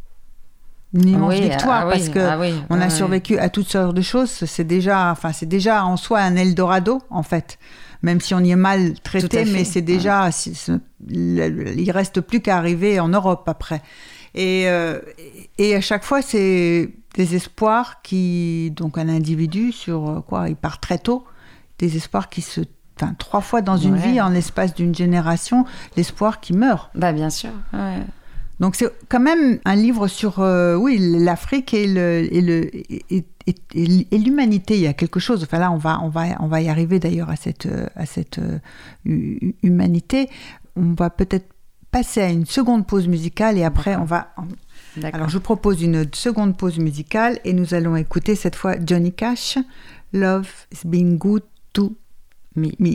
une immense oui, victoire ah, parce oui, que ah, oui, on ah, a survécu oui. à toutes sortes de choses. C'est déjà, enfin, c'est déjà en soi un Eldorado, en fait. Même si on y est mal traité, mais c'est déjà, ouais. c'est, c'est, il reste plus qu'à arriver en Europe après. Et, euh, et à chaque fois, c'est des espoirs qui, donc un individu sur quoi, il part très tôt, des espoirs qui se, enfin trois fois dans une ouais. vie, en l'espace d'une génération, l'espoir qui meurt. Bah bien sûr. Ouais. Donc c'est quand même un livre sur, euh, oui, l'Afrique et le et le et, et, et, et l'humanité. Il y a quelque chose. Enfin là, on va on va on va y arriver d'ailleurs à cette à cette uh, humanité. On va peut-être passer à une seconde pause musicale et après D'accord. on va. D'accord. Alors je propose une seconde pause musicale et nous allons écouter cette fois Johnny Cash, Love is being good to me. me.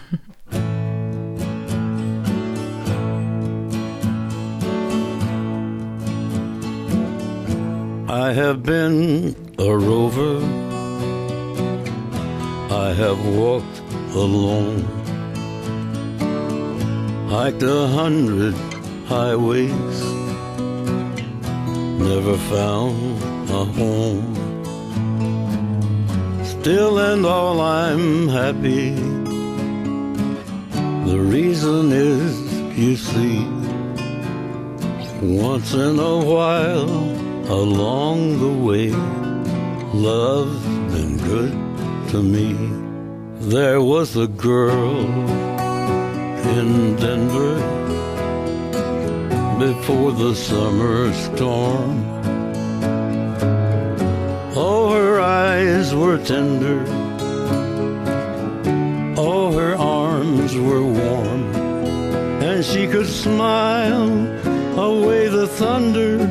I have been a rover, I have walked alone, hiked a hundred highways, never found a home. Still and all I'm happy, the reason is, you see, once in a while along the way, love's been good to me. There was a girl in Denver before the summer storm. Oh, her eyes were tender, oh, her arms were warm, and she could smile away the thunder,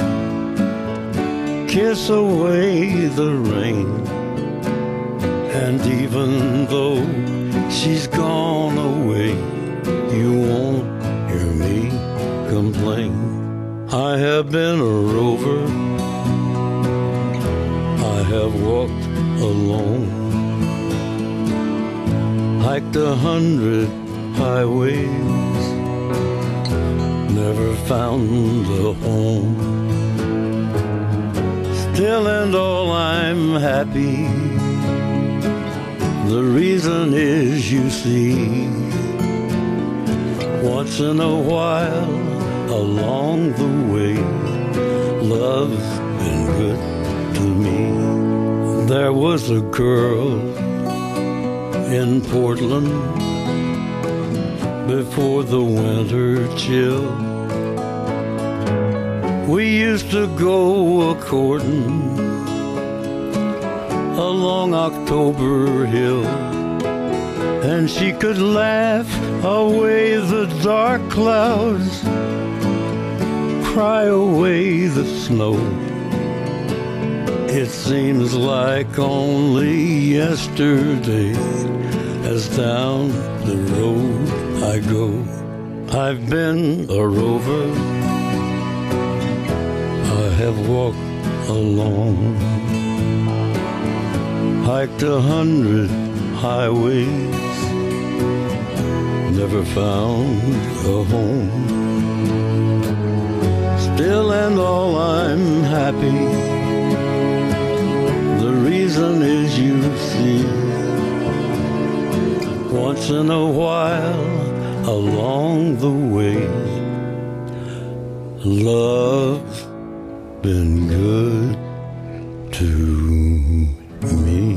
kiss away the rain. And even though she's gone away, you won't hear me complain. I have been a rover, I have walked alone, hiked a hundred highways, never found a home. Still and all I'm happy. The reason is, you see, once in a while along the way, love's been good to me. There was a girl in Portland before the winter chill. We used to go a-courtin' along October Hill, and she could laugh away the dark clouds, cry away the snow. It seems like only yesterday, as down the road I go. I've been a rover, I have walked alone, hiked a hundred highways, never found a home. Still and all I'm happy. The reason is, you see, once in a while along the way, love's been good to me.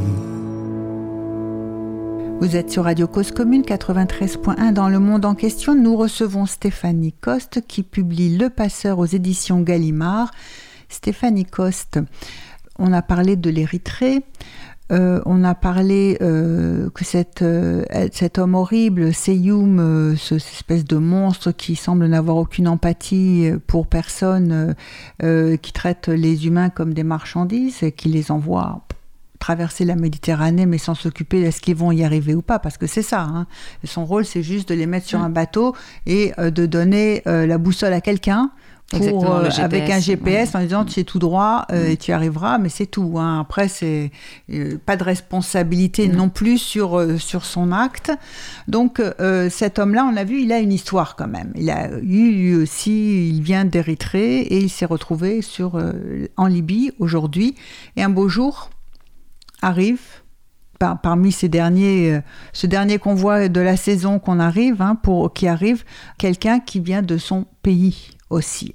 Vous êtes sur Radio Cause Commune quatre-vingt-treize point un dans le monde en question. Nous recevons Stéphanie Coste qui publie Le Passeur aux éditions Gallimard. Stéphanie Coste, on a parlé de l'Érythrée, euh, on a parlé euh, que cette, euh, cet homme horrible, Seyoum, euh, ce, cette espèce de monstre qui semble n'avoir aucune empathie pour personne, euh, qui traite les humains comme des marchandises et qui les envoie traverser la Méditerranée, mais sans s'occuper est-ce qu'ils vont y arriver ou pas, parce que c'est ça, hein. Son rôle, c'est juste de les mettre sur un bateau et euh, de donner euh, la boussole à quelqu'un pour, euh, avec un G P S, ouais, en disant tu es tout droit euh, mmh. et tu y arriveras, mais c'est tout, hein. Après, c'est euh, pas de responsabilité mmh. non plus sur, euh, sur son acte. Donc, euh, cet homme-là, on a vu, il a une histoire quand même. Il a eu lui aussi, il vient d'Érythrée et il s'est retrouvé sur, euh, en Libye aujourd'hui. Et un beau jour arrive, par, parmi ces derniers, euh, ce dernier convoi de la saison qu'on arrive, hein, pour, qui arrive, quelqu'un qui vient de son pays aussi.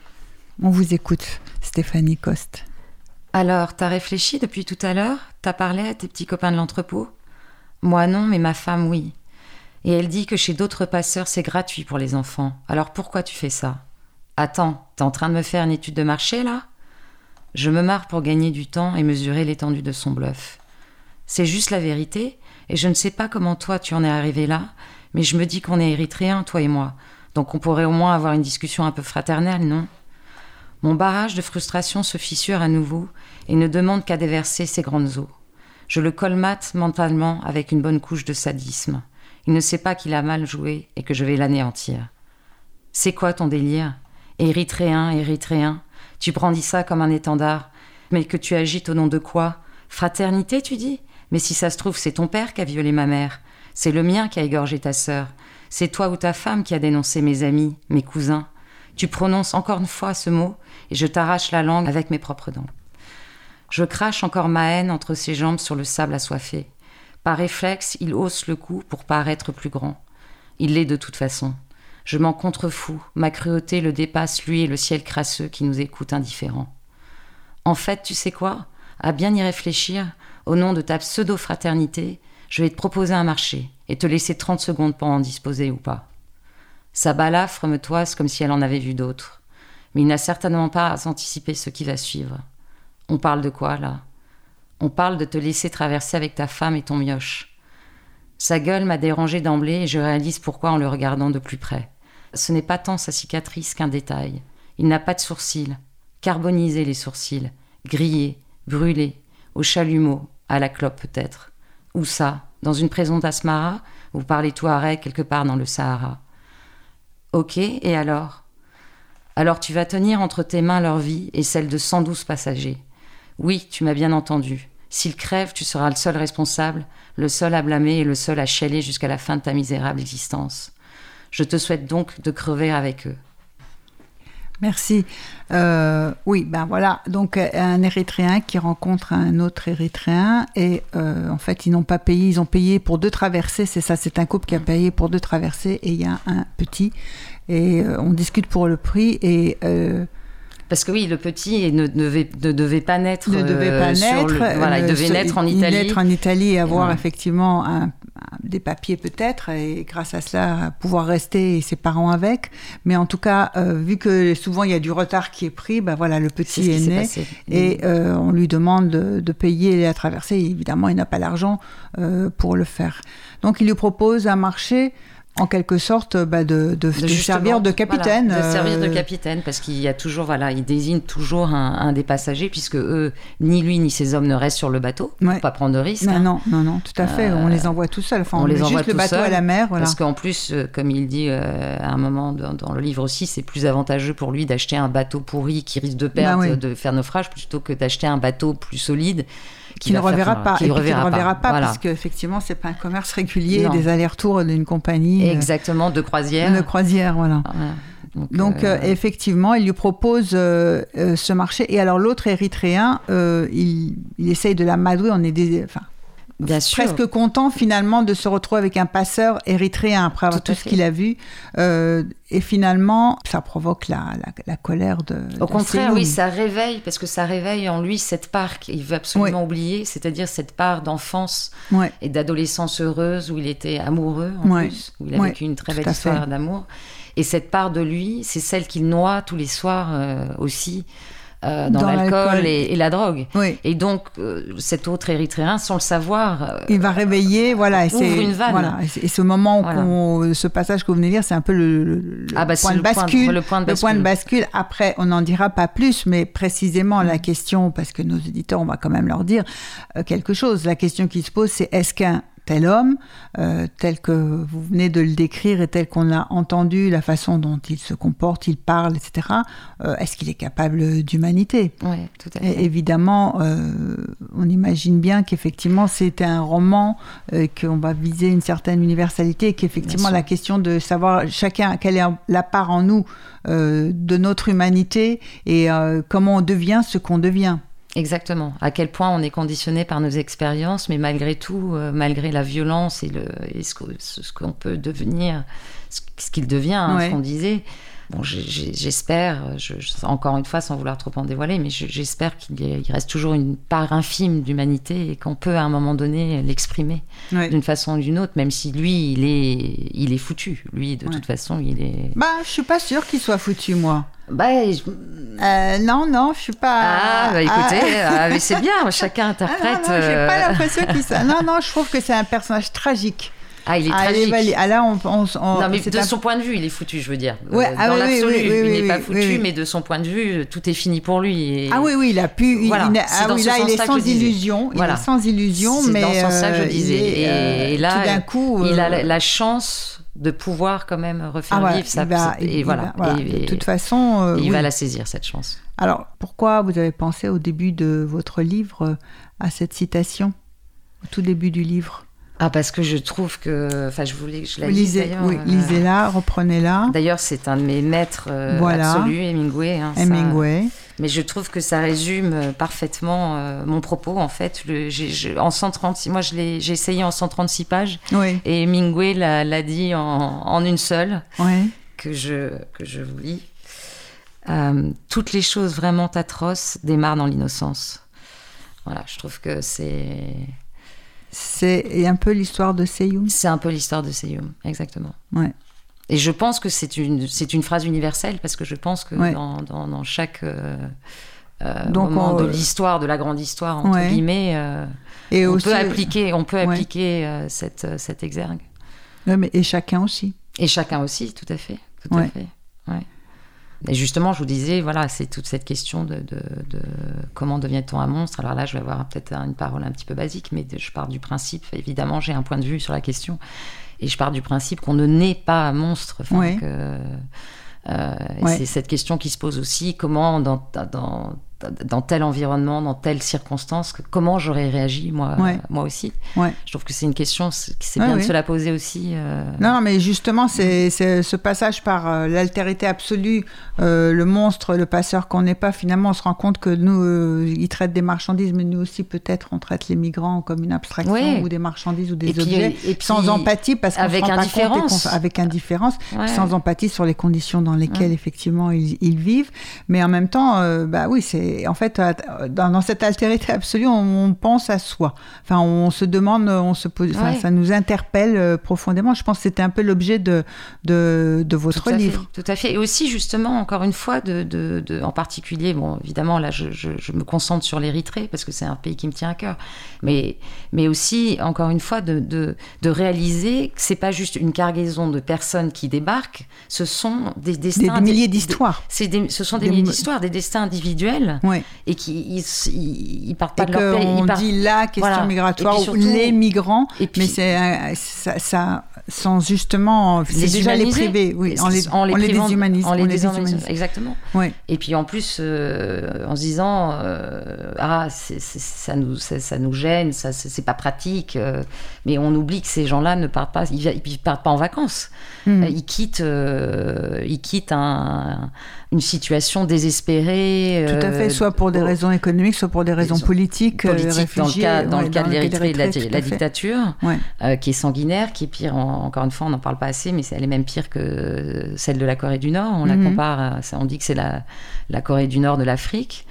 On vous écoute, Stéphanie Coste. Alors, t'as réfléchi depuis tout à l'heure ? T'as parlé à tes petits copains de l'entrepôt ? Moi non, mais ma femme oui. Et elle dit que chez d'autres passeurs, c'est gratuit pour les enfants. Alors pourquoi tu fais ça ? Attends, t'es en train de me faire une étude de marché, là ? Je me marre pour gagner du temps et mesurer l'étendue de son bluff. C'est juste la vérité, et je ne sais pas comment toi tu en es arrivé là, mais je me dis qu'on est érythréens, toi et moi. Donc on pourrait au moins avoir une discussion un peu fraternelle, non ? Mon barrage de frustration se fissure à nouveau et ne demande qu'à déverser ses grandes eaux. Je le colmate mentalement avec une bonne couche de sadisme. Il ne sait pas qu'il a mal joué et que je vais l'anéantir. C'est quoi ton délire ? Érythréen, érythréen, tu brandis ça comme un étendard, mais que tu agites au nom de quoi ? Fraternité, tu dis ? Mais si ça se trouve, c'est ton père qui a violé ma mère. C'est le mien qui a égorgé ta sœur. C'est toi ou ta femme qui a dénoncé mes amis, mes cousins. Tu prononces encore une fois ce mot et je t'arrache la langue avec mes propres dents. Je crache encore ma haine entre ses jambes sur le sable assoiffé. Par réflexe, il hausse le cou pour paraître plus grand. Il l'est de toute façon. Je m'en contrefous, ma cruauté le dépasse lui et le ciel crasseux qui nous écoute indifférents. En fait, tu sais quoi ? À bien y réfléchir, au nom de ta pseudo-fraternité, je vais te proposer un marché et te laisser trente secondes pour en disposer ou pas. Sa balafre me toise comme si elle en avait vu d'autres. Mais il n'a certainement pas anticipé ce qui va suivre. On parle de quoi, là ? On parle de te laisser traverser avec ta femme et ton mioche. Sa gueule m'a dérangé d'emblée et je réalise pourquoi en le regardant de plus près. Ce n'est pas tant sa cicatrice qu'un détail. Il n'a pas de sourcils. Carbonisés les sourcils. Grillés, brûlés, au chalumeau, à la clope peut-être. Où ça ? Dans une prison d'Asmara ou par les Touaregs quelque part dans le Sahara ? Ok, et alors ? Alors tu vas tenir entre tes mains leur vie et celle de cent douze passagers. Oui, tu m'as bien entendu. S'ils crèvent, tu seras le seul responsable, le seul à blâmer et le seul à chialer jusqu'à la fin de ta misérable existence. Je te souhaite donc de crever avec eux. Merci. Euh, oui, ben voilà. Donc, un Érythréen qui rencontre un autre Érythréen et euh, en fait, ils n'ont pas payé. Ils ont payé pour deux traversées. C'est ça. C'est un couple qui a payé pour deux traversées et il y a un petit. Et euh, on discute pour le prix et... Euh, Parce que oui, le petit ne devait, ne devait pas naître. Ne devait pas euh, naître. Le, voilà, euh, il devait ce, naître en il, Italie. Naître en Italie et avoir ouais. effectivement un, un, des papiers peut-être, et grâce à cela, pouvoir rester et ses parents avec. Mais en tout cas, euh, vu que souvent il y a du retard qui est pris, ben voilà, le petit C'est est né passé. et euh, on lui demande de, de payer la traversée. Et évidemment, il n'a pas l'argent euh, pour le faire. Donc, il lui propose un marché. En quelque sorte, bah de, de, de, de servir de capitaine. Voilà, de servir de euh... capitaine, parce qu'il y a toujours, voilà, il désigne toujours un, un des passagers, puisque eux, ni lui ni ses hommes ne restent sur le bateau, ouais. pour pas prendre de risques. Non, hein. non, non, non, tout à fait. Euh, on les envoie tout seuls. Enfin, on, on les met envoie juste le bateau seul, à la mer. Voilà. Parce qu'en plus, euh, comme il dit euh, à un moment dans, dans le livre aussi, c'est plus avantageux pour lui d'acheter un bateau pourri qui risque de perdre, bah oui. de faire naufrage, plutôt que d'acheter un bateau plus solide. Qui, qui ne reverra faire, pas, qui et ne reverra, reverra pas, pas voilà. parce qu'effectivement, c'est pas un commerce régulier, non. des allers-retours d'une compagnie. Exactement, de croisière. De croisière, voilà. voilà. Donc, Donc euh, euh, effectivement, il lui propose euh, euh, ce marché. Et alors, l'autre Érythréen, euh, il, il essaye de l'amadouer. On est des... Enfin, Bien sûr. Presque content finalement de se retrouver avec un passeur érythréen après avoir tout, tout ce qu'il a vu. Euh, et finalement, ça provoque la, la, la colère de. Au de contraire, Seyoum. oui, ça réveille, parce que ça réveille en lui cette part qu'il veut absolument oui. oublier, c'est-à-dire cette part d'enfance ouais. et d'adolescence heureuse où il était amoureux en ouais. plus, où il a ouais. vécu une très belle histoire fait. d'amour. Et cette part de lui, c'est celle qu'il noie tous les soirs euh, aussi. Euh, dans, dans l'alcool, l'alcool. Et, et la drogue. Oui. Et donc, euh, cet autre Érythréen, sans le savoir, euh, il va réveiller, voilà, et ouvre c'est une vanne. Voilà, et ce moment, voilà. qu'on, ce passage que vous venez de lire, c'est un peu le, le, ah bah point, de le, bascule, point de, le point de bascule. Le point de bascule. Après, on n'en dira pas plus, mais précisément la question, parce que nos éditeurs, on va quand même leur dire euh, quelque chose. La question qui se pose, c'est est-ce qu'un tel homme, euh, tel que vous venez de le décrire et tel qu'on l'a entendu, la façon dont il se comporte, il parle, et cetera, euh, est-ce qu'il est capable d'humanité ? Oui, tout à fait. Et évidemment, euh, on imagine bien qu'effectivement, c'est un roman, euh, qu'on va viser une certaine universalité et qu'effectivement, la question de savoir chacun, quelle est la part en nous euh, de notre humanité et euh, comment on devient ce qu'on devient. Exactement. À quel point on est conditionné par nos expériences, mais malgré tout, euh, malgré la violence et, le, et ce, que, ce qu'on peut devenir, ce, ce qu'il devient, hein, ouais. ce qu'on disait. Bon, j'ai, j'espère, je, je, encore une fois, sans vouloir trop en dévoiler, mais je, j'espère qu'il y a, il reste toujours une part infime d'humanité et qu'on peut à un moment donné l'exprimer ouais. d'une façon ou d'une autre, même si lui, il est, il est foutu. Lui, de ouais. toute façon, il est... Bah, je suis pas sûre qu'il soit foutu, moi. Bah, je... euh, non, non, je suis pas... Ah, bah écoutez, ah. Ah, mais c'est bien, chacun interprète... Ah, non, non, j'ai pas l'impression qu'il soit... Non, non, je trouve que c'est un personnage tragique. Ah, il est tragique. Allez, ah, là, on, on, on, non, mais de un... son point de vue, il est foutu, je veux dire. Ouais, euh, ah, dans oui, l'absolu, oui, oui, il oui, n'est pas oui, foutu, oui, oui. mais de son point de vue, tout est fini pour lui. Et... Ah oui, oui, il a pu... Voilà, il, il, ah, oui, là, il est sans illusion. Voilà. Il est sans illusion, c'est mais... dans ce sens-là que je euh, disais. est, euh, et, et là, tout d'un coup... il euh... a la, la chance de pouvoir quand même refaire ah, voilà, vivre sa... va, et, il voilà. Va, voilà. Et, de toute façon... Euh, il oui. va la saisir, cette chance. Alors, pourquoi vous avez pensé au début de votre livre à cette citation, au tout début du livre ? Ah, parce que je trouve que... Enfin, je voulais que je la lise d'ailleurs. Oui, euh... lisez-la, reprenez-la. D'ailleurs, c'est un de mes maîtres euh, voilà. absolus, Hemingway. Hein, Hemingway. Ça... Mais je trouve que ça résume parfaitement euh, mon propos, en fait. Le, j'ai, je, en cent trente-six, moi, je l'ai, j'ai essayé en cent trente-six pages. Oui. Et Hemingway l'a, l'a dit en, en une seule, oui. que, je, que je vous lis. Euh, toutes les choses vraiment atroces démarrent dans l'innocence. Voilà, je trouve que c'est... C'est un peu l'histoire de Seyoum. C'est un peu l'histoire de Seyoum, exactement. Ouais. Et je pense que c'est une, c'est une phrase universelle, parce que je pense que ouais. dans, dans, dans chaque euh, euh, Donc moment on... de l'histoire, de la grande histoire, entre ouais. guillemets, euh, et on, aussi... peut appliquer, on peut ouais. appliquer euh, cette, cette exergue. Ouais, mais et chacun aussi. Et chacun aussi, tout à fait. Tout ouais. à fait. Ouais. Et justement, je vous disais, voilà, c'est toute cette question de, de, de comment devient-on un monstre. Alors là, je vais avoir peut-être une parole un petit peu basique, mais je pars du principe, évidemment, j'ai un point de vue sur la question, et je pars du principe qu'on ne naît pas un monstre. Enfin, ouais. que, euh, Et ouais. c'est cette question qui se pose aussi, comment dans, dans, dans tel environnement, dans telle circonstance, comment j'aurais réagi moi, ouais. moi aussi. Ouais. Je trouve que c'est une question qui c'est ouais, bien ouais. de se la poser aussi. Euh... Non, mais justement, c'est, c'est ce passage par euh, l'altérité absolue, euh, le monstre, le passeur qu'on n'est pas, finalement, on se rend compte que nous, euh, ils traitent des marchandises, mais nous aussi, peut-être, on traite les migrants comme une abstraction ouais. ou des marchandises ou des et objets, puis, et puis, sans empathie, parce qu'on avec se rend pas indifférence. compte, avec indifférence, ouais. sans empathie sur les conditions dans lesquelles, ouais. effectivement, ils, ils vivent. Mais en même temps, euh, bah oui, c'est en fait, dans, dans cette altérité absolue, on, on pense à soi. Enfin, on se demande, on se pose, enfin, ouais. ça nous interpelle euh, profondément. Je pense que c'était un peu l'objet de, de, de votre tout livre. Fait, tout à fait. Et aussi, justement, encore une fois, de, de, de, en particulier, bon, évidemment, là, je, je, je me concentre sur l'Érythrée, parce que c'est un pays qui me tient à cœur. Mais, mais aussi, encore une fois, de, de, de réaliser que c'est pas juste une cargaison de personnes qui débarquent, ce sont des destins... Des, des milliers d'histoires. C'est des, ce sont des, des milliers d'histoires, des destins individuels, ouais. et qui ils, ils, ils partent pas et de leur pays. On partent... dit la question voilà. migratoire, surtout, ou les migrants, et puis, mais c'est ça, ça sans justement... C'est les déjà les privés, oui, en les, en les, on les déshumanise. En les on déshumanise, déshumanise. exactement. Ouais. Et puis en plus, euh, en se disant, euh, ah, c'est, c'est, ça, nous, ça, ça nous gêne, ça, c'est, c'est pas pratique, euh, mais on oublie que ces gens-là ne partent pas, ils, ils partent pas en vacances. Mmh. Ils quittent, euh, ils quittent un, une situation désespérée. Tout à fait, euh, soit pour des oh, raisons économiques, soit pour des raisons politiques, politiques réfugiés. Dans le cas, dans ouais, le cas dans de l'Érythrée, la, la dictature, ouais. euh, qui est sanguinaire, qui est pire, en, encore une fois, on n'en parle pas assez, mais elle est même pire que celle de la Corée du Nord. On mmh. la compare, à, on dit que c'est la, la Corée du Nord de l'Afrique.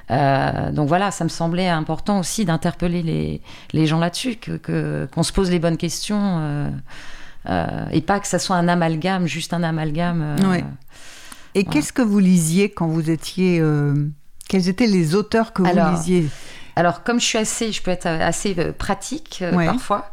Euh, donc voilà, ça me semblait important aussi d'interpeller les, les gens là-dessus, que, que, qu'on se pose les bonnes questions, euh, euh, et pas que ça soit un amalgame, juste un amalgame. Euh, ouais. Et voilà. Qu'est-ce que vous lisiez quand vous étiez... Euh, quels étaient les auteurs que vous alors, lisiez ? Alors, comme je suis assez, je peux être assez pratique euh, ouais. parfois.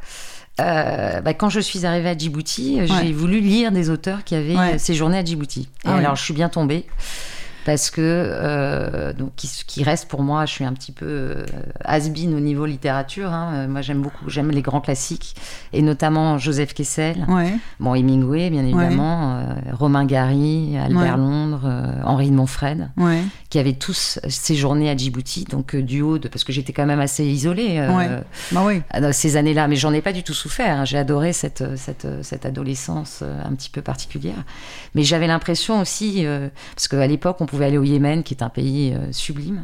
Euh, bah, quand je suis arrivée à Djibouti, ouais. j'ai voulu lire des auteurs qui avaient ouais. séjourné à Djibouti. Et ah, alors, ouais. je suis bien tombée. Parce que, euh, donc, qui, qui reste pour moi, je suis un petit peu euh, has-been au niveau littérature. Hein. Moi, j'aime beaucoup, j'aime les grands classiques, et notamment Joseph Kessel, ouais. bon, Hemingway, bien évidemment, ouais. euh, Romain Gary, Albert ouais. Londres, euh, Henri de Montfred, ouais. qui avaient tous séjourné à Djibouti, donc euh, du haut de, parce que j'étais quand même assez isolée euh, ouais. bah oui. dans ces années-là, mais j'en ai pas du tout souffert. Hein. J'ai adoré cette, cette, cette adolescence euh, un petit peu particulière. Mais j'avais l'impression aussi, euh, parce qu'à l'époque, on pouvait aller au Yémen, qui est un pays euh, sublime.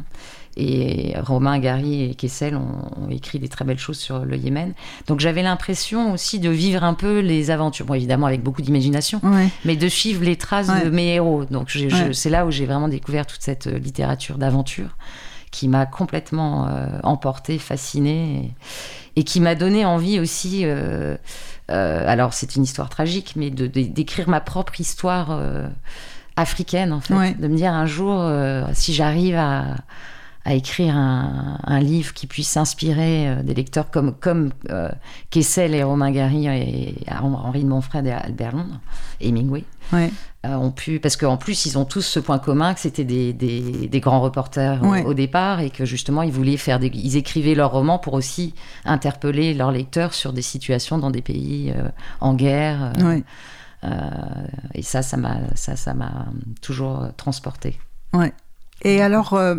Et Romain Gary et Kessel ont, ont écrit des très belles choses sur le Yémen. Donc j'avais l'impression aussi de vivre un peu les aventures, bon évidemment avec beaucoup d'imagination, ouais. mais de suivre les traces ouais. de mes héros. Donc je, ouais. je, c'est là où j'ai vraiment découvert toute cette littérature d'aventure qui m'a complètement euh, emportée, fascinée, et, et qui m'a donné envie aussi... Euh, euh, alors c'est une histoire tragique, mais de, de, d'écrire ma propre histoire... Euh, africaine en fait, ouais. de me dire un jour euh, si j'arrive à, à écrire un, un livre qui puisse inspirer euh, des lecteurs comme, comme euh, Kessel et Romain Gary et, et Henri de Montfred et Albert Londres et Hemingway ouais. euh, ont pu, parce qu'en plus ils ont tous ce point commun que c'était des, des, des grands reporters ouais. au, au départ, et que justement ils voulaient faire des, ils écrivaient leurs romans pour aussi interpeller leurs lecteurs sur des situations dans des pays euh, en guerre euh, ouais. Euh, et ça, ça m'a, ça, ça m'a toujours transportée. Ouais. Et alors, euh,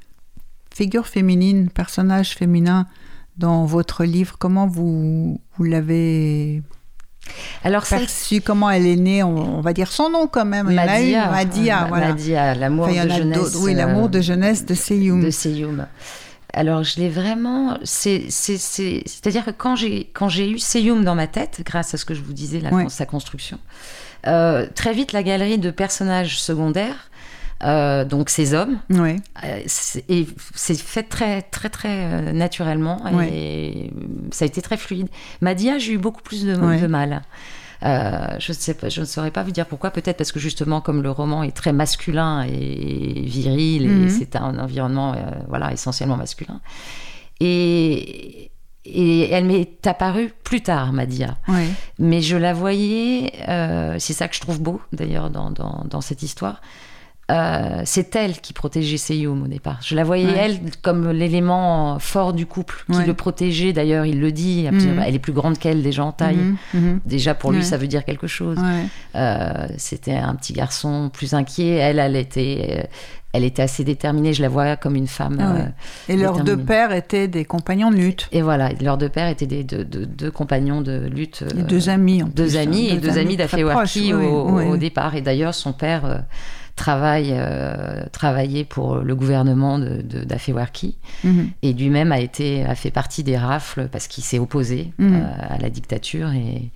figure féminine, personnage féminin dans votre livre, comment vous, vous l'avez alors, perçue, comment elle est née, on, on va dire son nom quand même. Madia, Madia, euh, voilà. Madia, l'amour enfin, de jeunesse. Oui, l'amour de jeunesse de Seyhoum. De Seyhoum. Alors, je l'ai vraiment... C'est, c'est, c'est, c'est-à-dire que quand j'ai, quand j'ai eu Seyhoum dans ma tête, grâce à ce que je vous disais, la, ouais. sa construction, euh, très vite, la galerie de personnages secondaires, euh, donc ces hommes, ouais. euh, c'est, et c'est fait très, très, très euh, naturellement, ouais. et ça a été très fluide. Madia, j'ai eu beaucoup plus de, ouais. de mal. Euh, je, sais pas, je ne saurais pas vous dire pourquoi, peut-être parce que justement comme le roman est très masculin et viril, et mm-hmm. c'est un environnement euh, voilà, essentiellement masculin, et, et elle m'est apparue plus tard, Madia, ouais. mais je la voyais, euh, c'est ça que je trouve beau d'ailleurs dans, dans, dans cette histoire, euh, c'est elle qui protégeait Seyum au départ. Je la voyais, Ouais. elle, comme l'élément fort du couple, qui Ouais. le protégeait. D'ailleurs, il le dit, Mhm. elle est plus grande qu'elle déjà en taille. Mhm, mhm. Déjà, pour lui, Ouais. ça veut dire quelque chose. Ouais. Euh, c'était un petit garçon plus inquiet. Elle, elle était, euh, elle était assez déterminée. Je la vois comme une femme. Ah ouais. euh, Et leurs deux déterminée. pères étaient des compagnons de lutte. Et voilà, leurs deux pères étaient des deux, deux- deux compagnons de lutte. Et euh, deux amis en deux plus, amis hein, et deux amis très d'Afewerki proches, oui, au, oui, au oui. départ. Et d'ailleurs, son père euh, travaille, euh, travaillait pour le gouvernement de, de, d'Afewerki. Mhm. Et lui-même a, été, a fait partie des rafles parce qu'il s'est opposé Mhm. euh, à la dictature. Et,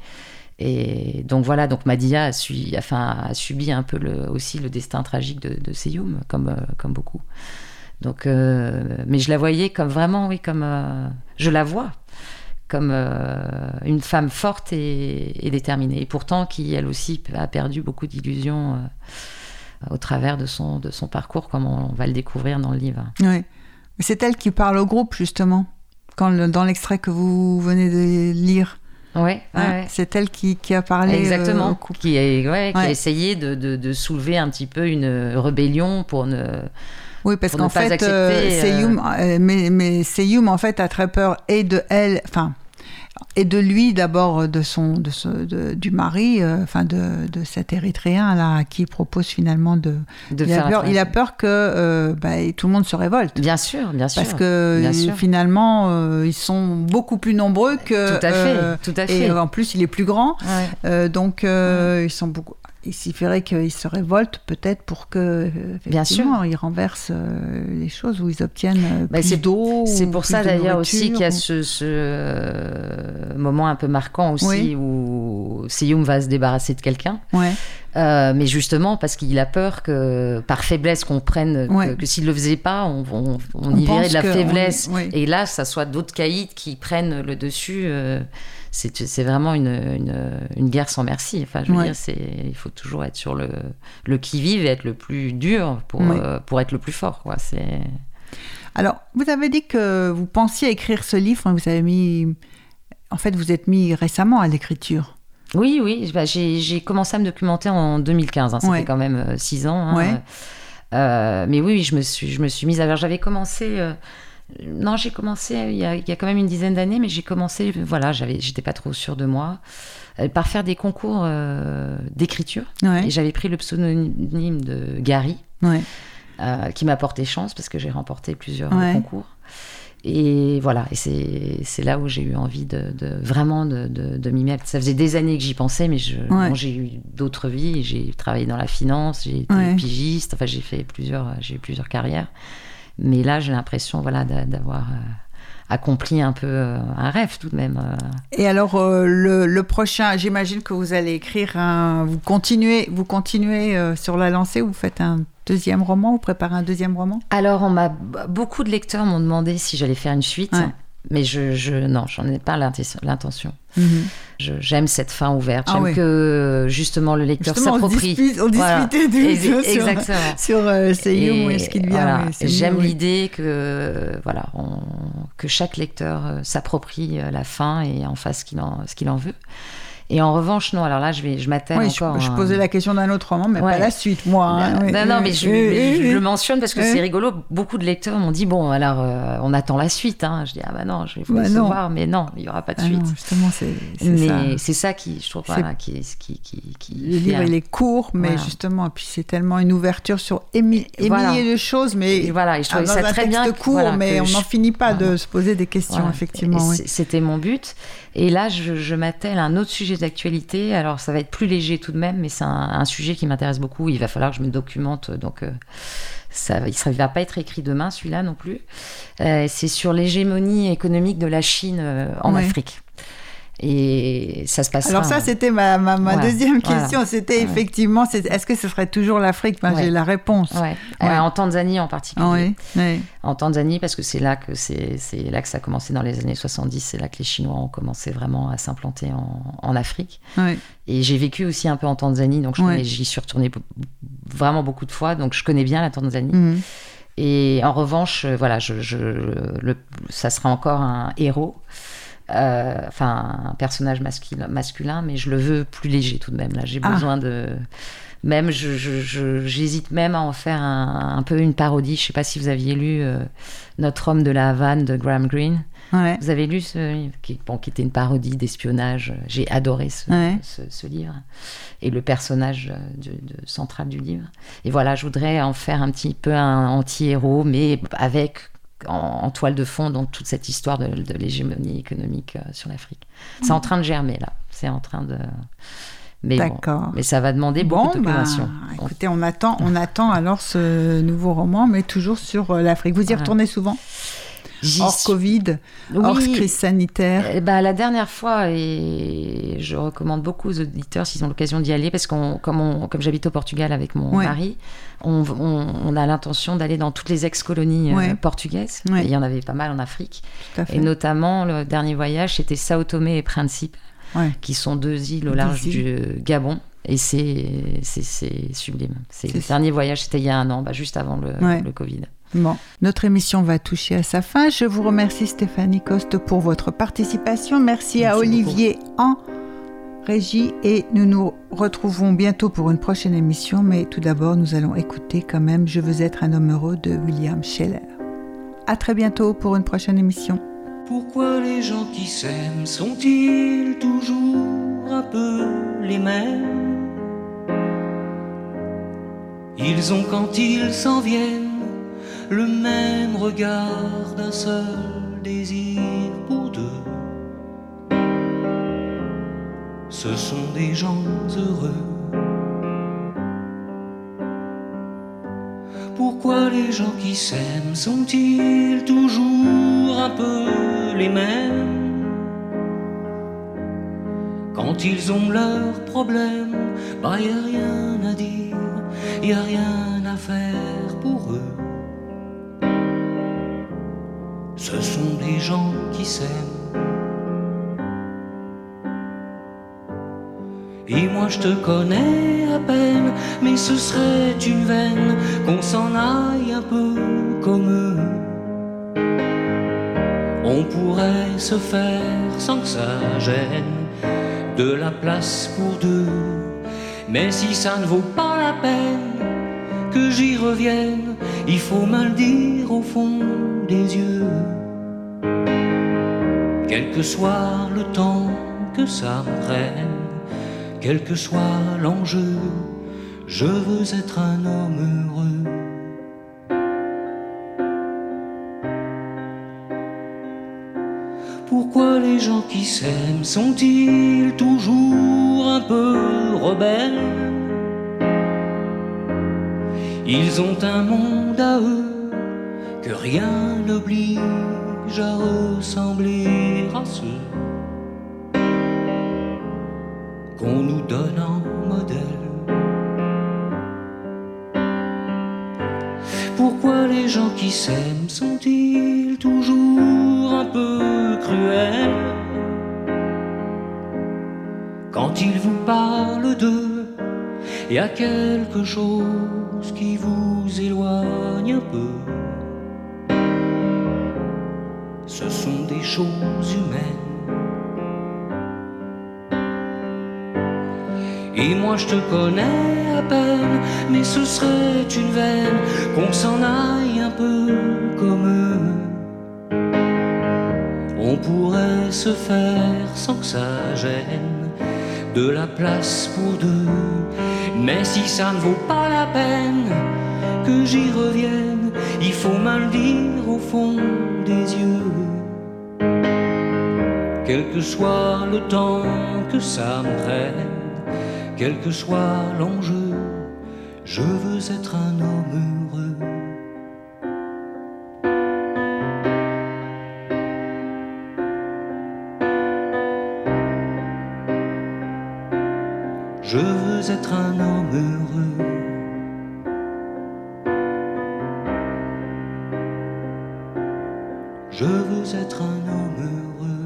et donc voilà, donc Madia a, su, enfin, a subi un peu le, aussi le destin tragique de, de Seyum, comme, euh, comme beaucoup. Donc, euh, mais je la voyais comme vraiment, oui, comme euh, je la vois comme euh, une femme forte et, et déterminée. Et pourtant, qui elle aussi a perdu beaucoup d'illusions euh, au travers de son, de son parcours, comme on, on va le découvrir dans le livre. Oui. C'est elle qui parle au groupe, justement, quand le- dans l'extrait que vous venez de lire. Ouais, Hein, ouais, ouais. C'est elle qui, qui a parlé Exactement, euh, au couple. qui, est, ouais, qui Ouais. a essayé de, de, de soulever un petit peu une rébellion pour ne... Oui, parce pour qu'en ne pas fait, accepter, euh, euh, Seyum, euh, mais, mais Seyum, en fait, a très peur et de elle, enfin, et de lui d'abord, de son, de ce, de, du mari, euh, enfin, de, de cet Érythréen là, à qui il propose finalement de. de il, a faire peur, la il a peur que euh, bah, tout le monde se révolte. Bien sûr, bien sûr. Parce que bien euh, sûr. finalement, euh, ils sont beaucoup plus nombreux que. Tout à fait, euh, tout à fait. Et en plus, il est plus grand. Ouais. Euh, donc, euh, ils sont beaucoup. Il suffirait qu'ils se révoltent peut-être pour que, euh, Bien effectivement, ils renversent euh, les choses ou ils obtiennent euh, Bah, plus c'est- d'eau. C'est ou pour plus ça de d'ailleurs aussi nourriture, qu'il y a ou- ce, ce, euh, moment un peu marquant aussi Oui. où Seyum va se débarrasser de quelqu'un. Ouais. Euh, mais justement parce qu'il a peur que par faiblesse qu'on prenne que, Ouais. que s'il le faisait pas on, on, on On y verrait pense de la que faiblesse on- oui. et là ça soit d'autres caïds qui prennent le dessus. euh, c'est, c'est vraiment une, une, une guerre sans merci. Enfin, je veux Ouais. dire, c'est, il faut toujours être sur le, le qui-vive et être le plus dur pour, Oui. euh, pour être le plus fort, quoi. C'est... Alors, vous avez dit que vous pensiez écrire ce livre, hein, vous avez mis. En fait, vous êtes mis récemment à l'écriture. Oui, oui, bah, j'ai, j'ai commencé à me documenter en deux mille quinze, hein, ça Ouais. fait quand même euh, six ans. Hein, Ouais. Euh, mais oui, je me suis, je me suis mise à... Alors, j'avais commencé... euh, non, j'ai commencé il y, a, il y a quand même une dizaine d'années, mais j'ai commencé, voilà, j'avais, j'étais pas trop sûre de moi, euh, par faire des concours euh, d'écriture. Ouais. Et j'avais pris le pseudonyme de Gary, Ouais. euh, qui m'a porté chance parce que j'ai remporté plusieurs Ouais. euh, concours. Et voilà, et c'est, c'est là où j'ai eu envie de, de vraiment de, de, de m'y mettre. Ça faisait des années que j'y pensais, mais je, Ouais. bon, j'ai eu d'autres vies. J'ai travaillé dans la finance, j'ai été Ouais. pigiste, enfin j'ai fait plusieurs, j'ai eu plusieurs carrières. Mais là, j'ai l'impression, voilà, d'a- d'avoir euh, accompli un peu euh, un rêve tout de même. euh. Et alors, euh, le, le prochain, j'imagine que vous allez écrire un. Vous continuez, vous continuez euh, sur la lancée, vous faites un deuxième roman, vous préparez un deuxième roman? Alors, on m'a beaucoup de lecteurs m'ont demandé si j'allais faire une suite, Ouais. mais je, je non, j'en ai pas l'intention. l'intention. Mhm. Je- j'aime cette fin ouverte. Ah J'aime oui. que justement le lecteur Justement, on se s'approprie. dispute, on disputait tous les deux sur- Exactement. Sur euh, Seyum, Et où est-ce qu'il vient voilà, oui, c'est j'aime mieux, oui. l'idée que voilà, on- que chaque lecteur euh, s'approprie euh, la fin et en fasse ce qu'il en, ce qu'il en veut. Et en revanche, non. Alors là, je vais, je m'attelle Oui, je, encore. je à- posais la question d'un autre roman, mais Ouais. pas la suite, moi. hein, non, oui. non, non, mais je, Oui, oui, je oui. le mentionne parce que Oui. c'est rigolo. Beaucoup de lecteurs m'ont dit bon, alors euh, on attend la suite. Hein. Je dis ah bah non, je vais vous Bah laisser non. voir, mais non, il y aura pas de Ah suite. non, justement, c'est c'est mais ça. c'est ça qui, je trouve, C'est- voilà, qui, qui, qui, qui Le fait livre, un- il est court, mais Voilà. justement, et puis c'est tellement une ouverture sur émi- des Voilà. milliers de choses, mais Et voilà, et je trouvais dans ça un très texte bien. court, voilà, mais que on je- n'en finit pas de Voilà. se poser des questions, Voilà. effectivement. Et oui. c'est- C'était mon but. Et là, je, je m'attelle à un autre sujet d'actualité. Alors, ça va être plus léger tout de même, mais c'est un, un sujet qui m'intéresse beaucoup. Il va falloir que je me documente. Donc, euh, ça, il ne va pas être écrit demain, celui-là non plus. Euh, c'est sur l'hégémonie économique de la Chine euh, en Ouais. Afrique. Et ça se passera. Alors ça, c'était ma, ma, ma Voilà. deuxième Voilà. question. C'était Ouais. effectivement, c'est- est-ce que ce serait toujours l'Afrique? Ben, Ouais. J'ai la réponse. Ouais. Ouais. Euh, en Tanzanie en particulier. Ah oui, oui. En Tanzanie, parce que c'est là que c'est, c'est là que ça a commencé dans les années soixante-dix. C'est là que les Chinois ont commencé vraiment à s'implanter en, en Afrique. oui. Et j'ai vécu aussi un peu en Tanzanie, donc je Ouais. connais- j'y suis retournée b- vraiment beaucoup de fois, donc je connais bien la Tanzanie. Mhm. Et en revanche, euh, voilà, je, je- le, ça sera encore un héros. euh, enfin un personnage masculin, masculin, mais je le veux plus léger tout de même. Là, j'ai Ah. besoin de... Même, je, je, je, j'hésite même à en faire un, un peu une parodie. Je ne sais pas si vous aviez lu euh, Notre homme de la Havane de Graham Greene. Ouais. Vous avez lu ce livre qui, bon, qui était une parodie d'espionnage. J'ai adoré ce, Ouais. ce, ce livre et le personnage de, de, central du livre. Et voilà, je voudrais en faire un petit peu un anti-héros, mais avec en, en toile de fond donc toute cette histoire de, de l'hégémonie économique euh, sur l'Afrique. C'est mmh. en train de germer là. C'est en train de... Mais D'accord. Bon, mais ça va demander beaucoup bon, de préparation. Bah, écoutez, on attend, on attend alors ce nouveau roman, mais toujours sur l'Afrique. Vous y voilà. retournez souvent ? J'y hors suis... Covid, oui, hors crise sanitaire. Eh ben, la dernière fois, et je recommande beaucoup aux auditeurs s'ils ont l'occasion d'y aller, parce que comme, on, comme j'habite au Portugal avec mon ouais. mari, on, on, on a l'intention d'aller dans toutes les ex-colonies ouais. euh, portugaises. Ouais. Et il y en avait pas mal en Afrique. Et notamment, le dernier voyage, c'était Sao Tomé et Principe. Ouais. Qui sont deux îles au large îles. du Gabon. Et c'est, c'est, c'est sublime. C'est c'est le ça. Dernier voyage, c'était il y a un an, bah, juste avant le, ouais. le Covid. Bon, notre émission va toucher à sa fin. Je vous remercie Stéphanie Coste pour votre participation. Merci, Merci à Olivier beaucoup. En régie. Et nous nous retrouvons bientôt pour une prochaine émission. Mais tout d'abord, nous allons écouter quand même « Je veux être un homme heureux » de William Scheller. À très bientôt pour une prochaine émission. Pourquoi les gens qui s'aiment sont-ils toujours un peu les mêmes ? Ils ont quand ils s'en viennent le même regard d'un seul désir pour deux. Ce sont des gens heureux. Pourquoi les gens qui s'aiment sont-ils toujours un peu les mêmes ? Quand ils ont leurs problèmes, bah y a rien à dire, y a rien à faire pour eux. Ce sont des gens qui s'aiment. Et moi je te connais à peine, mais ce serait une veine qu'on s'en aille un peu comme eux. On pourrait se faire sans que ça gêne de la place pour deux. Mais si ça ne vaut pas la peine que j'y revienne, il faut me le dire au fond des yeux. Quel que soit le temps que ça me prenne, quel que soit l'enjeu, je veux être un homme heureux. Pourquoi les gens qui s'aiment sont-ils toujours un peu rebelles ? Ils ont un monde à eux que rien n'oblige à ressembler à ceux qu'on nous donne en modèle. Pourquoi les gens qui s'aiment sont-ils toujours un peu cruels quand ils vous parlent d'eux? Y a quelque chose qui vous éloigne un peu. Ce sont des choses humaines. Et moi je te connais à peine, mais ce serait une veine qu'on s'en aille un peu comme eux. On pourrait se faire sans que ça gêne de la place pour deux. Mais si ça ne vaut pas la peine que j'y revienne, il faut me le dire au fond des yeux. Quel que soit le temps que ça me prenne, quel que soit l'enjeu, je veux être un homme heureux. Je veux être un homme heureux. Je veux être un homme heureux.